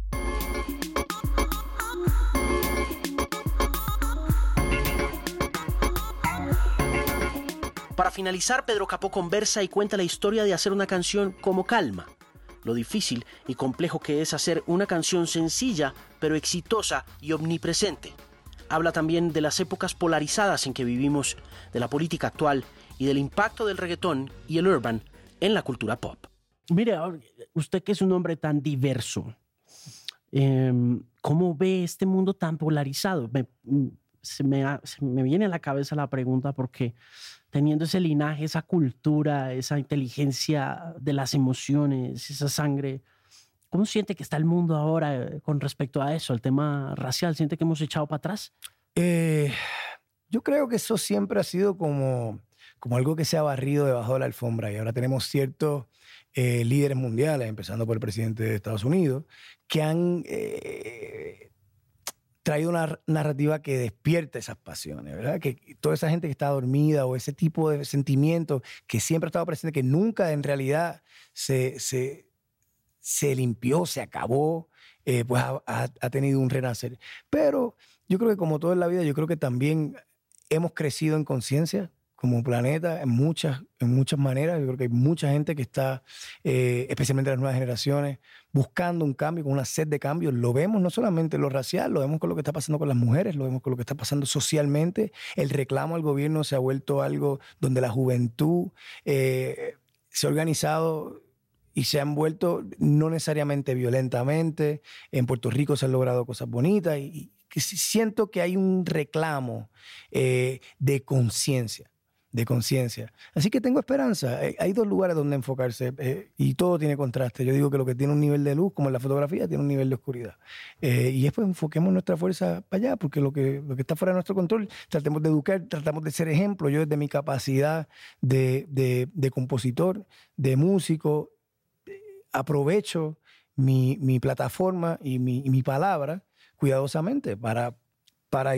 Para finalizar, Pedro Capó conversa y cuenta la historia de hacer una canción como Calma. Lo difícil y complejo que es hacer una canción sencilla, pero exitosa y omnipresente. Habla también de las épocas polarizadas en que vivimos, de la política actual y del impacto del reggaetón y el urban en la cultura pop. Mire, usted que es un hombre tan diverso, eh, ¿cómo ve este mundo tan polarizado? Me, se, me, se me viene a la cabeza la pregunta porque teniendo ese linaje, esa cultura, esa inteligencia de las emociones, esa sangre, ¿cómo siente que está el mundo ahora con respecto a eso, el tema racial? ¿Siente que hemos echado para atrás? Eh, yo creo que eso siempre ha sido como, como algo que se ha barrido debajo de la alfombra y ahora tenemos ciertos eh, líderes mundiales, empezando por el presidente de Estados Unidos, que han eh, traído una narrativa que despierta esas pasiones, ¿verdad? Que toda esa gente que está dormida o ese tipo de sentimientos que siempre ha estado presente, que nunca en realidad se... se se limpió, se acabó, eh, pues ha, ha, ha tenido un renacer. Pero yo creo que como todo en la vida, yo creo que también hemos crecido en conciencia como planeta en muchas, en muchas maneras. Yo creo que hay mucha gente que está, eh, especialmente las nuevas generaciones, buscando un cambio, con una sed de cambio. Lo vemos no solamente en lo racial, lo vemos con lo que está pasando con las mujeres, lo vemos con lo que está pasando socialmente. El reclamo al gobierno se ha vuelto algo donde la juventud eh, se ha organizado y se han vuelto no necesariamente violentamente. En Puerto Rico se han logrado cosas bonitas y, y que siento que hay un reclamo eh, de conciencia. de conciencia. Así que tengo esperanza. Hay dos lugares donde enfocarse eh, y todo tiene contraste. Yo digo que lo que tiene un nivel de luz, como en la fotografía, tiene un nivel de oscuridad. Eh, y después enfoquemos nuestra fuerza para allá, porque lo que, lo que está fuera de nuestro control, tratemos de educar, tratamos de ser ejemplo. Yo desde mi capacidad de, de, de compositor, de músico, aprovecho mi, mi plataforma y mi, y mi palabra cuidadosamente para, para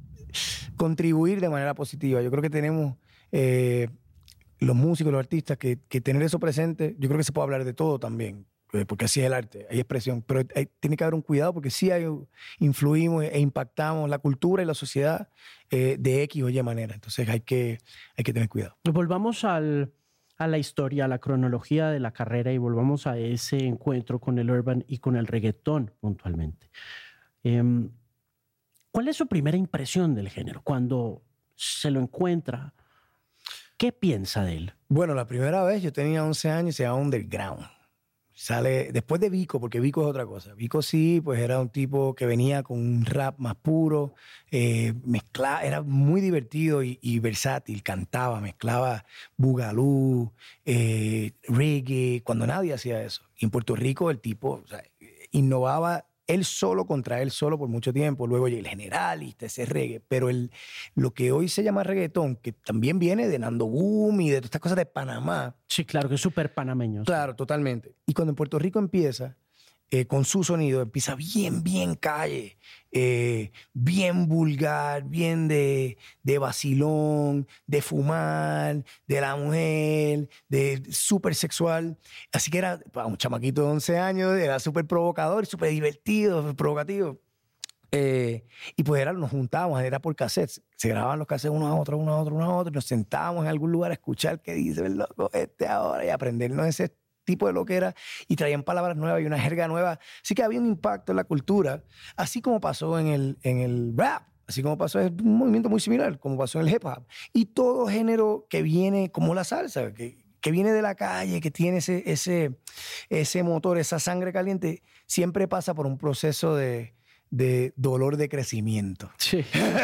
contribuir de manera positiva. Yo creo que tenemos... Eh, los músicos, los artistas, que, que tener eso presente, yo creo que se puede hablar de todo también, eh, porque así es el arte, hay expresión, pero hay, tiene que haber un cuidado porque sí hay, influimos e impactamos la cultura y la sociedad eh, de X o Y manera, entonces hay que, hay que tener cuidado. Volvamos al, a la historia, a la cronología de la carrera y volvamos a ese encuentro con el urban y con el reggaetón puntualmente. Eh, ¿Cuál es su primera impresión del género cuando se lo encuentra? ¿Qué piensa de él? Bueno, la primera vez yo tenía once años y se llama Underground. Sale después de Vico, porque Vico es otra cosa. Vico sí, pues era un tipo que venía con un rap más puro, eh, mezclaba, era muy divertido y, y versátil, cantaba, mezclaba bugalú, eh, reggae, cuando nadie hacía eso. Y en Puerto Rico el tipo, o sea, innovaba él solo contra él solo por mucho tiempo, luego el Generalista, ese reggae, pero el, lo que hoy se llama reggaetón, que también viene de Nando Boom y de todas estas cosas de Panamá. Sí, claro, que es súper panameño. Claro, sí. Totalmente. Y cuando en Puerto Rico empieza, eh, con su sonido, empieza bien, bien calle, eh, bien vulgar, bien de, de vacilón, de fumar, de la mujer, de súper sexual. Así que era para un chamaquito de once años, era súper provocador, súper divertido, provocativo. Eh, y pues era, nos juntábamos, era por cassettes, se grababan los cassettes uno a otro, uno a otro, uno a otro, y nos sentábamos en algún lugar a escuchar qué dice el loco este ahora y aprendernos ese tipo de lo que era, y traían palabras nuevas y una jerga nueva. Así que había un impacto en la cultura, así como pasó en el, en el rap, así como pasó en un movimiento muy similar, como pasó en el hip hop. Y todo género que viene, como la salsa, que, que viene de la calle, que tiene ese, ese, ese motor, esa sangre caliente, siempre pasa por un proceso de, de dolor de crecimiento. Sí.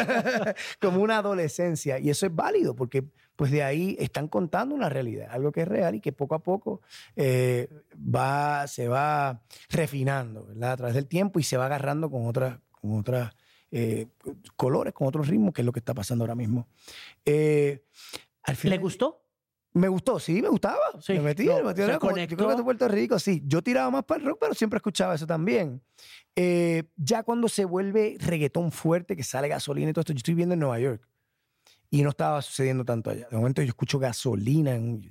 Como una adolescencia. Y eso es válido porque pues de ahí están contando una realidad, algo que es real y que poco a poco eh, va, se va refinando, ¿verdad? A través del tiempo y se va agarrando con otras con otras eh, colores, con otros ritmos, que es lo que está pasando ahora mismo. Eh, al final, ¿Le gustó? Me gustó, sí, me gustaba. Sí, me metí, no, me metí. se Como, conectó. yo creo que de Puerto Rico, sí. Yo tiraba más para el rock, pero siempre escuchaba eso también. Eh, ya cuando se vuelve reggaetón fuerte, que sale Gasolina y todo esto, yo estoy viendo en Nueva York. Y no estaba sucediendo tanto allá. De momento yo escucho Gasolina. En...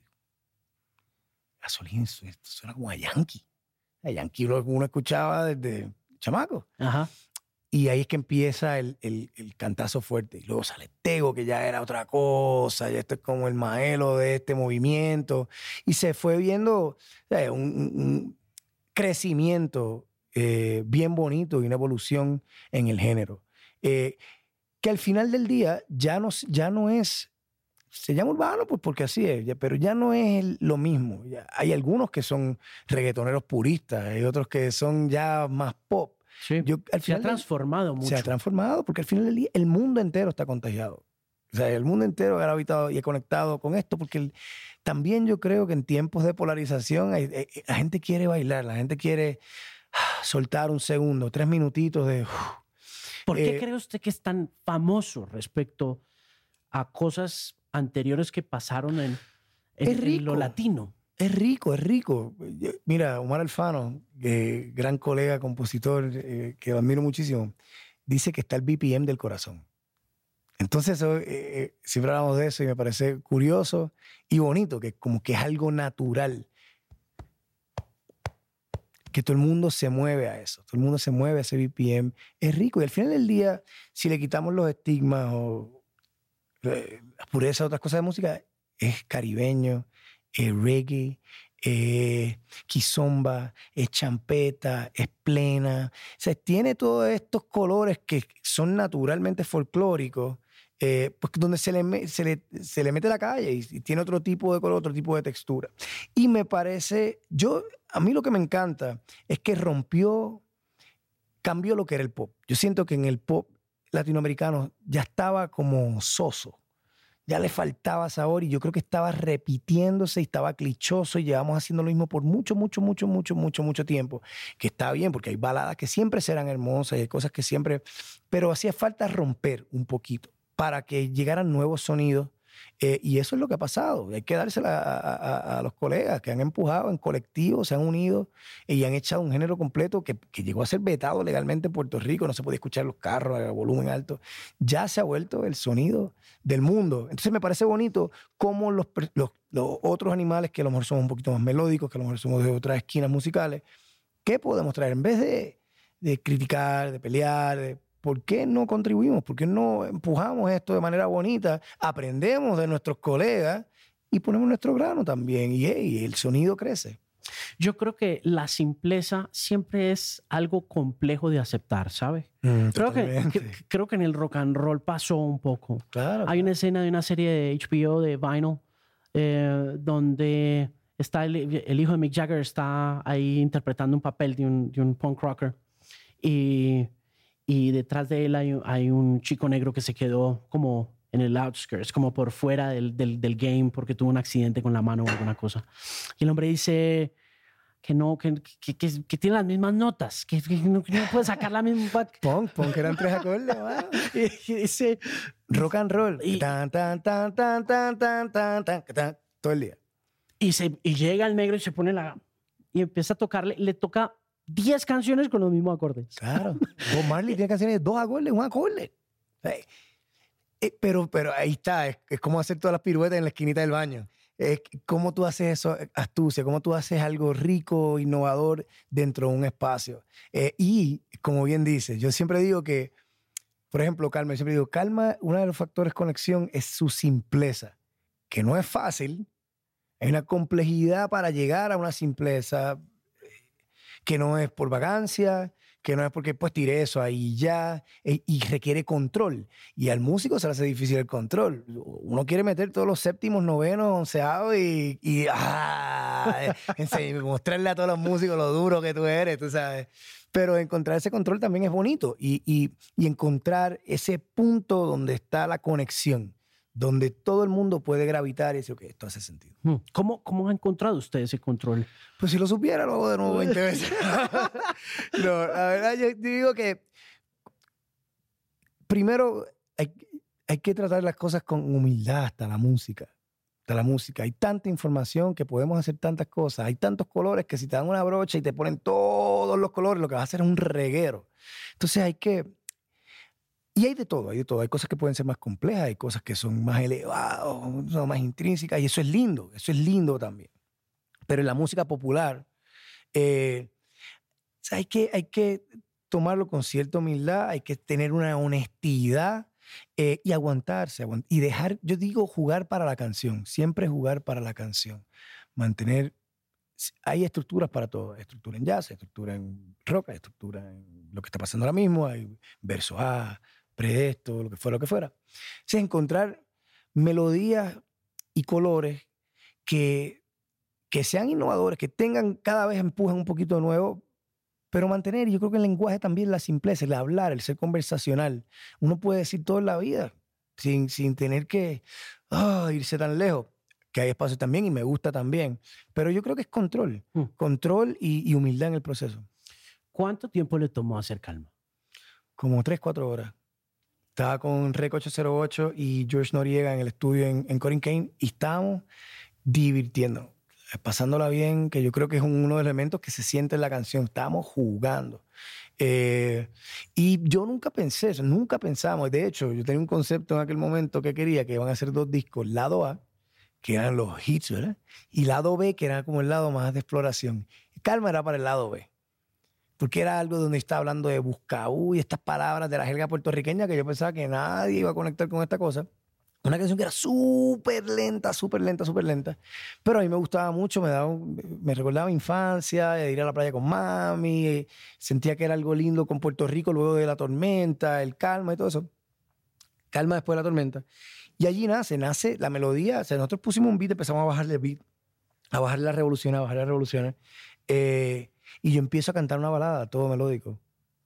Gasolina, esto suena como a Yankee. A Yankee lo que uno escuchaba desde chamaco. Ajá. Y ahí es que empieza el, el, el cantazo fuerte. Y luego sale Tego, que ya era otra cosa. Ya esto es como el maelo de este movimiento. Y se fue viendo ¿sabes? Un, un crecimiento eh, bien bonito y una evolución en el género. Eh, que al final del día ya no, ya no es... Se llama urbano pues porque así es, ya, pero ya no es el, lo mismo. Ya, hay algunos que son reggaetoneros puristas, hay otros que son ya más pop. Sí. Yo, al se ha transformado del, mucho. Se ha transformado porque al final del día el mundo entero está contagiado. O sea, el mundo entero ha gravitado y ha conectado con esto porque el, también yo creo que en tiempos de polarización hay, hay, la gente quiere bailar, la gente quiere ah, soltar un segundo, tres minutitos de... Uh, ¿Por qué eh, cree usted que es tan famoso respecto a cosas anteriores que pasaron en, en, es rico. en lo latino? Es rico, es rico. Mira, Omar Alfano, eh, gran colega, compositor, eh, que lo admiro muchísimo, dice que está el B P M del corazón. Entonces, eh, siempre hablamos de eso y me parece curioso y bonito, que como que es algo natural. Que todo el mundo se mueve a eso, todo el mundo se mueve a ese B P M. Es rico y al final del día, si le quitamos los estigmas o la pureza de otras cosas de música es caribeño, es reggae, es kizomba, es champeta, es plena. O sea, tiene todos estos colores que son naturalmente folclóricos, eh, pues donde se le, se, le, se le mete la calle y, y tiene otro tipo de color, otro tipo de textura. Y me parece, yo, a mí lo que me encanta es que rompió, cambió lo que era el pop. Yo siento que en el pop latinoamericano ya estaba como soso. Ya le faltaba sabor y yo creo que estaba repitiéndose y estaba clichoso y llevamos haciendo lo mismo por mucho, mucho, mucho, mucho, mucho, mucho tiempo. Que está bien porque hay baladas que siempre serán hermosas y hay cosas que siempre... Pero hacía falta romper un poquito para que llegaran nuevos sonidos. Eh, y eso es lo que ha pasado. Hay que dársela a, a, a los colegas que han empujado en colectivo, se han unido y han echado un género completo que, que llegó a ser vetado legalmente en Puerto Rico. No se podía escuchar los carros a volumen alto. Ya se ha vuelto el sonido del mundo. Entonces me parece bonito cómo los, los, los otros animales, que a lo mejor somos un poquito más melódicos, que a lo mejor somos de otras esquinas musicales, ¿qué podemos traer? En vez de, de criticar, de pelear, de ¿por qué no contribuimos? ¿Por qué no empujamos esto de manera bonita? Aprendemos de nuestros colegas y ponemos nuestro grano también. Y hey, el sonido crece. Yo creo que la simpleza siempre es algo complejo de aceptar, ¿sabes? Mm, creo, que, que, creo que en el rock and roll pasó un poco. Claro. Hay una escena de una serie de H B O de Vinyl eh, donde está el, el hijo de Mick Jagger está ahí interpretando un papel de un, de un punk rocker. Y... Y detrás de él hay, hay un chico negro que se quedó como en el outskirts, como por fuera del, del, del game porque tuvo un accidente con la mano o alguna cosa. Y el hombre dice que no, que, que, que, que tiene las mismas notas, que, que, no, que no puede sacar la misma... Punk, punk eran tres acordes, wow. Y, y dice... Rock and roll. Y, tan, tan, tan, tan, tan, tan, tan, tan, tan, todo el día. Y, se, y llega el negro y se pone la... Y empieza a tocarle, le toca... diez canciones con los mismos acordes. Claro. Bob Marley tiene canciones de dos acordes, un acorde. Eh, eh, pero, pero ahí está. Es, es como hacer todas las piruetas en la esquinita del baño. Es cómo tú haces eso, astucia, cómo tú haces algo rico, innovador dentro de un espacio. Eh, y, como bien dices, yo siempre digo que, por ejemplo, Calma, yo siempre digo, Calma, uno de los factores conexión es su simpleza, que no es fácil. Hay una complejidad para llegar a una simpleza que no es por vagancia, que no es porque pues tiré eso ahí ya, e, y requiere control. Y al músico se le hace difícil el control. Uno quiere meter todos los séptimos, novenos, onceados y, y ah, mostrarle a todos los músicos lo duro que tú eres, tú sabes. Pero encontrar ese control también es bonito y, y, y encontrar ese punto donde está la conexión, donde todo el mundo puede gravitar y decir, ok, esto hace sentido. ¿Cómo, cómo ha encontrado usted ese control? Pues si lo supiera, lo hago de nuevo veinte veces. No, la verdad, yo digo que primero hay, hay que tratar las cosas con humildad, hasta la música. Hasta la música. Hay tanta información que podemos hacer tantas cosas. Hay tantos colores que si te dan una brocha y te ponen todos los colores, lo que vas a hacer es un reguero. Entonces hay que... Y hay de todo, hay de todo. Hay cosas que pueden ser más complejas, hay cosas que son más elevadas, son más intrínsecas, y eso es lindo, eso es lindo también. Pero en la música popular, eh, hay, que, hay que tomarlo con cierta humildad, hay que tener una honestidad eh, y aguantarse, aguant y dejar, yo digo, jugar para la canción, siempre jugar para la canción. Mantener, hay estructuras para todo, hay estructura en jazz, hay estructura en rock, hay estructura en lo que está pasando ahora mismo, hay verso A, preesto, lo que fuera, lo que fuera. O sea, encontrar melodías y colores que, que sean innovadores, que tengan cada vez empujen un poquito de nuevo, pero mantener, yo creo que el lenguaje también, la simpleza, el hablar, el ser conversacional. Uno puede decir todo en la vida sin, sin tener que oh, irse tan lejos, que hay espacio también y me gusta también. Pero yo creo que es control, mm. control y, y humildad en el proceso. ¿Cuánto tiempo le tomó hacer Calma? Como tres, cuatro horas. Estaba con Rec ocho cero ocho y George Noriega en el estudio en, en Corin Kane y estábamos divirtiéndonos, pasándola bien, que yo creo que es uno de los elementos que se siente en la canción. Estábamos jugando. Eh, y yo nunca pensé eso, nunca pensamos. De hecho, yo tenía un concepto en aquel momento que quería que iban a hacer dos discos, lado A, que eran los hits, ¿verdad? Y lado B, que era como el lado más de exploración. Calma era para el lado B. Porque era algo donde estaba hablando de buscaú y estas palabras de la jerga puertorriqueña que yo pensaba que nadie iba a conectar con esta cosa. Una canción que era súper lenta, súper lenta, súper lenta. Pero a mí me gustaba mucho, me, daba, me recordaba mi infancia, de ir a la playa con mami. Sentía que era algo lindo con Puerto Rico luego de la tormenta, el calma y todo eso. Calma después de la tormenta. Y allí nace, nace la melodía. O sea, nosotros pusimos un beat, empezamos a bajarle el beat, a bajarle las revoluciones, a bajarle las revoluciones. Eh, y yo empiezo a cantar una balada, todo melódico.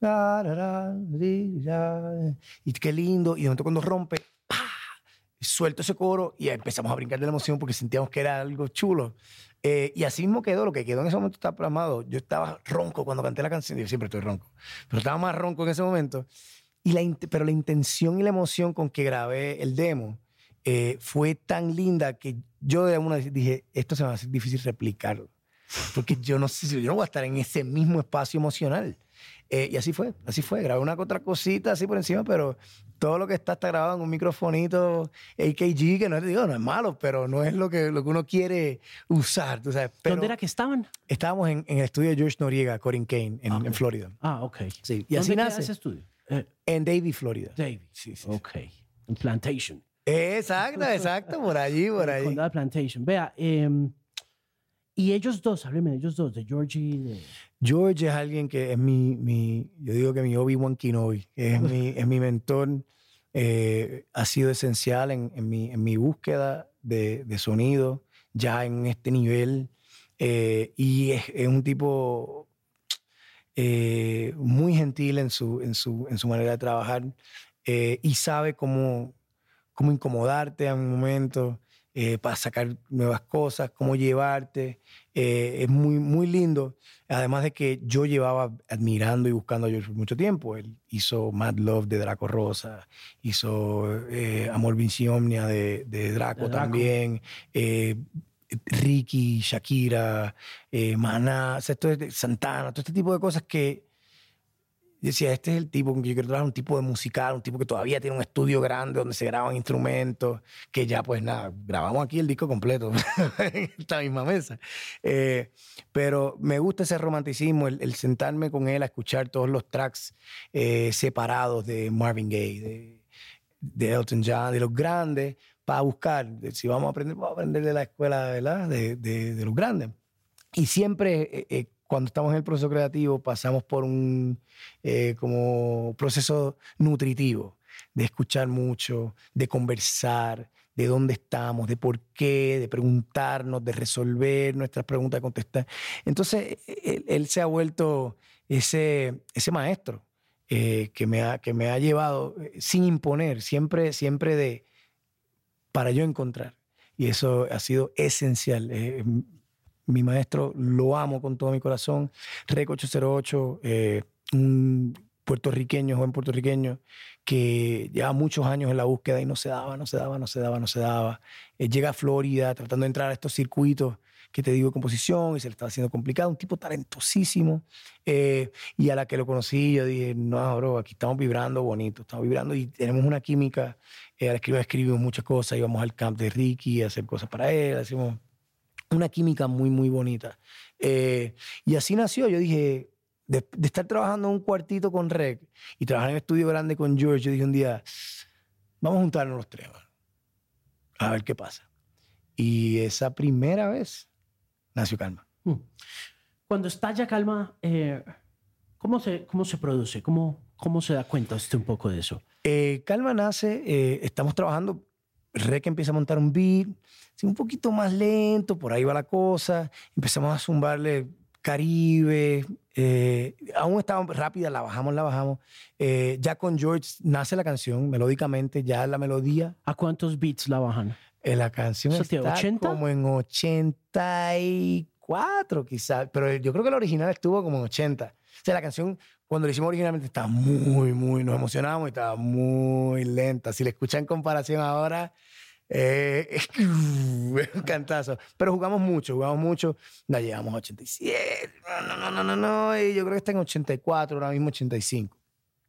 Y qué lindo. Y de momento cuando rompe, suelto ese coro y empezamos a brincar de la emoción porque sentíamos que era algo chulo. Eh, y así mismo quedó, lo que quedó en ese momento está plasmado. Yo estaba ronco cuando canté la canción, yo siempre estoy ronco, pero estaba más ronco en ese momento. Y la, pero la intención y la emoción con que grabé el demo eh, fue tan linda que yo de una dije, esto se me va a hacer difícil replicarlo, porque yo no sé si yo no voy a estar en ese mismo espacio emocional. Eh, y así fue, así fue. Grabé una otra cosita así por encima, pero todo lo que está está grabado en un microfonito A K G, que no, digo, no es malo, pero no es lo que, lo que uno quiere usar. ¿Tú sabes? Pero ¿dónde era que estaban? Estábamos en, en el estudio de George Noriega, Corin Kane, en, Ah, okay. en Florida. Ah, ok. Sí. Y ¿Dónde así queda nace. ese estudio? Eh, en Davie, Florida. Davie. Sí, sí. Ok. En Plantation. Exacto, exacto, por allí, por allí. Condado de Plantation. Vea, eh, y ellos dos, hábleme de ellos dos, de Georgie. De... George es alguien que es mi, mi yo digo que mi Obi-Wan Kenobi, es mi, es mi mentor, eh, ha sido esencial en, en, mi, en mi búsqueda de, de sonido, ya en este nivel, eh, y es, es un tipo eh, muy gentil en su, en, su, en su manera de trabajar, eh, y sabe cómo, cómo incomodarte en un momento, Eh, para sacar nuevas cosas, cómo llevarte. Eh, es muy, muy lindo. Además de que yo llevaba admirando y buscando a George por mucho tiempo. Él hizo Mad Love de Draco Rosa, hizo eh, Amor Vinci Omnia de, de Draco, de Draco también, eh, Ricky, Shakira, eh, Maná, o sea, esto es de Santana, todo este tipo de cosas que yo decía, este es el tipo con que yo quiero trabajar, un tipo de musical, un tipo que todavía tiene un estudio grande donde se graban instrumentos, que ya pues nada, grabamos aquí el disco completo en esta misma mesa. Eh, pero me gusta ese romanticismo, el, el sentarme con él a escuchar todos los tracks eh, separados de Marvin Gaye, de, de Elton John, de los grandes, para buscar, si vamos a aprender, vamos a aprender de la escuela, ¿verdad? De, de, de los grandes. Y siempre... Eh, eh, cuando estamos en el proceso creativo pasamos por un eh, como proceso nutritivo, de escuchar mucho, de conversar, de dónde estamos, de por qué, de preguntarnos, de resolver nuestras preguntas, de contestar. Entonces, él, él se ha vuelto ese, ese maestro eh, que, me ha, que me ha llevado sin imponer, siempre, siempre de, para yo encontrar. Y eso ha sido esencial. Eh, Mi maestro, lo amo con todo mi corazón. Rec ocho cero ocho, eh, un puertorriqueño, joven puertorriqueño, que lleva muchos años en la búsqueda y no se daba, no se daba, no se daba, no se daba. Eh, llega a Florida tratando de entrar a estos circuitos que te digo de composición y se le estaba haciendo complicado. Un tipo talentosísimo. Eh, y a la que lo conocí, yo dije, no, bro, aquí estamos vibrando bonito, estamos vibrando y tenemos una química. Eh, al escribir, escribimos muchas cosas, íbamos al camp de Ricky a hacer cosas para él, hacemos una química muy, muy bonita. Eh, y así nació. Yo dije, de, de estar trabajando en un cuartito con Rec y trabajar en el estudio grande con George, yo dije un día, vamos a juntarnos los tres, man, a ver qué pasa. Y esa primera vez nació Calma. Cuando estalla Calma, eh, ¿cómo, se, ¿cómo se produce? ¿Cómo, ¿Cómo se da cuenta usted un poco de eso? Eh, Calma nace, eh, estamos trabajando, Rec empieza a montar un beat, un poquito más lento, por ahí va la cosa, empezamos a zumbarle Caribe, eh, aún estaba rápida, la bajamos, la bajamos. Eh, ya con George nace la canción, melódicamente, ya la melodía. ¿A cuántos beats la bajan? Eh, la canción está ochenta? Como en ochenta y cuatro quizás, pero yo creo que la original estuvo como en ochenta. O sea, la canción, cuando la hicimos originalmente, estaba muy, muy, nos emocionábamos y estaba muy lenta. Si la escuchan en comparación ahora... Eh, es un cantazo. Pero jugamos mucho, jugamos mucho. La llevamos a ochenta y siete. No, no, no, no, no. Y yo creo que está en ochenta y cuatro, ahora mismo ochenta y cinco.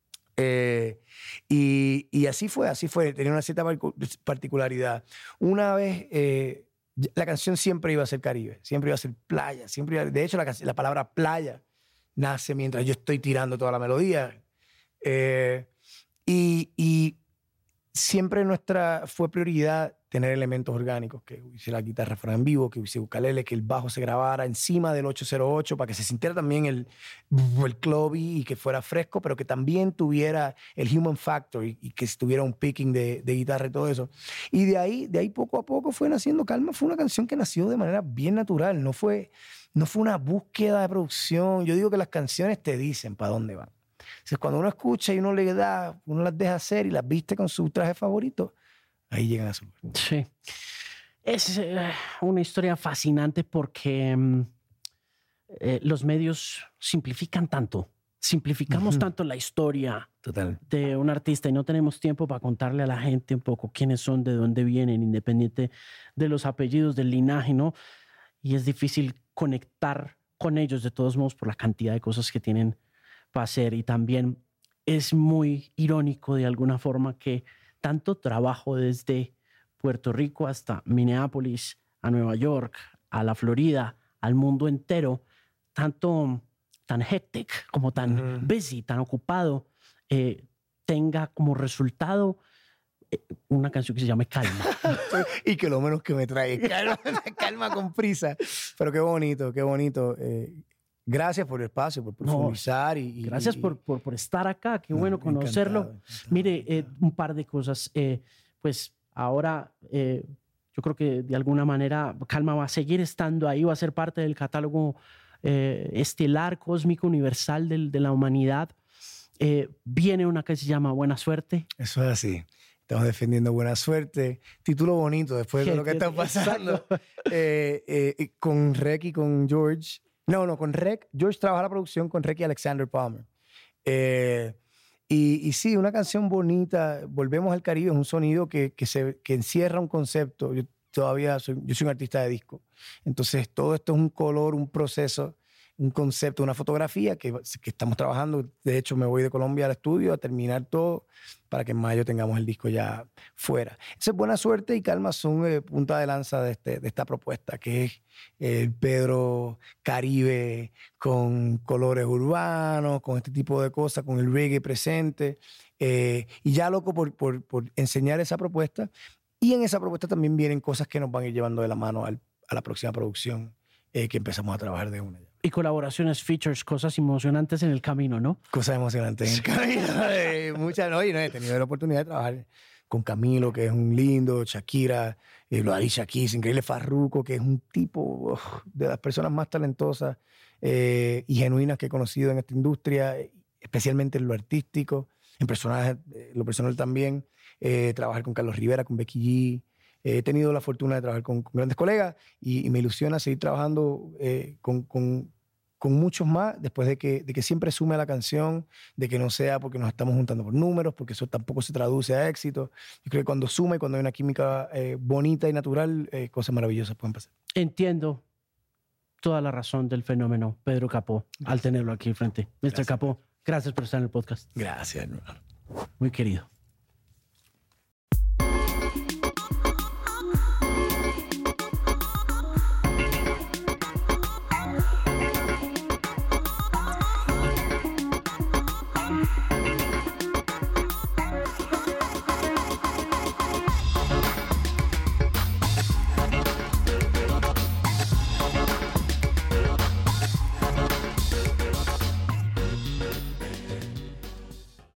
Eh, y, y así fue, así fue. Tenía una cierta particularidad. Una vez, eh, la canción siempre iba a ser Caribe, siempre iba a ser playa. Siempre iba, de hecho, la, la palabra playa nace mientras yo estoy tirando toda la melodía. Eh, y, y siempre nuestra fue prioridad tener elementos orgánicos, que hubiese la guitarra fuera en vivo, que hubiese ukulele, que el bajo se grabara encima del ocho cero ocho para que se sintiera también el, el clubby y que fuera fresco, pero que también tuviera el human factor y, y que tuviera un picking de, de guitarra y todo eso. Y de ahí, de ahí poco a poco fue naciendo Calma. Fue una canción que nació de manera bien natural, no fue, no fue una búsqueda de producción. Yo digo que las canciones te dicen para dónde van. Entonces, cuando uno escucha y uno le da, uno las deja hacer y las viste con su traje favorito, ahí llegan a su lugar. Sí. Es eh, una historia fascinante porque mm, eh, los medios simplifican tanto. Simplificamos uh-huh. tanto la historia Total. de un artista y no tenemos tiempo para contarle a la gente un poco quiénes son, de dónde vienen, independiente de los apellidos, del linaje, ¿no? Y es difícil conectar con ellos de todos modos por la cantidad de cosas que tienen para hacer. Y también es muy irónico de alguna forma que tanto trabajo desde Puerto Rico hasta Minneapolis, a Nueva York, a la Florida, al mundo entero, tanto tan hectic, como tan uh-huh. busy, tan ocupado, eh, tenga como resultado eh, una canción que se llame Calma. Y que lo menos que me trae, calma, calma con prisa. Pero qué bonito, qué bonito. Eh, gracias por el espacio, por profundizar. No, y, y, gracias por, por, por estar acá, qué no, bueno conocerlo. Encantado, encantado. Mire, eh, un par de cosas. Eh, pues ahora eh, yo creo que de alguna manera Calma va a seguir estando ahí, va a ser parte del catálogo eh, estelar, cósmico, universal del, de la humanidad. Eh, viene una que se llama Buena Suerte. Eso es así. Estamos defendiendo Buena Suerte. Título bonito después de lo que está pasando. eh, eh, con Rec y con George. No, no, con Rec. George trabaja la producción con Rec y Alexander Palmer. Eh, y, y sí, una canción bonita. Volvemos al Caribe. Es un sonido que, que, se, que encierra un concepto. Yo todavía soy, yo soy un artista de disco. Entonces, todo esto es un color, un proceso, un concepto, una fotografía que, que estamos trabajando. De hecho, me voy de Colombia al estudio a terminar todo para que en mayo tengamos el disco ya fuera. Esa es Buena Suerte y Calma son eh, punta de lanza de, este, de esta propuesta, que es el Pedro Caribe con colores urbanos, con este tipo de cosas, con el reggae presente. Eh, y ya loco por, por, por enseñar esa propuesta. Y en esa propuesta también vienen cosas que nos van a ir llevando de la mano al, a la próxima producción eh, que empezamos a trabajar de una. Y colaboraciones, features, cosas emocionantes en el camino, ¿no? Cosas emocionantes en el camino. Eh, muchas, no, y no he tenido la oportunidad de trabajar con Camilo, que es un lindo, Shakira, eh, lo Alicia Keys, increíble Farruko, que es un tipo oh, de las personas más talentosas eh, y genuinas que he conocido en esta industria, especialmente en lo artístico, en personajes, eh, lo personal también. Eh, trabajar con Carlos Rivera, con Becky G. Eh, he tenido la fortuna de trabajar con, con grandes colegas y, y me ilusiona seguir trabajando eh, con, con, con muchos más después de que, de que siempre sume a la canción, de que no sea porque nos estamos juntando por números, porque eso tampoco se traduce a éxito. Yo creo que cuando suma y cuando hay una química eh, bonita y natural, eh, cosas maravillosas pueden pasar. Entiendo toda la razón del fenómeno Pedro Capó al tenerlo aquí frente. mister Capó, gracias por estar en el podcast. Gracias, hermano. Muy querido.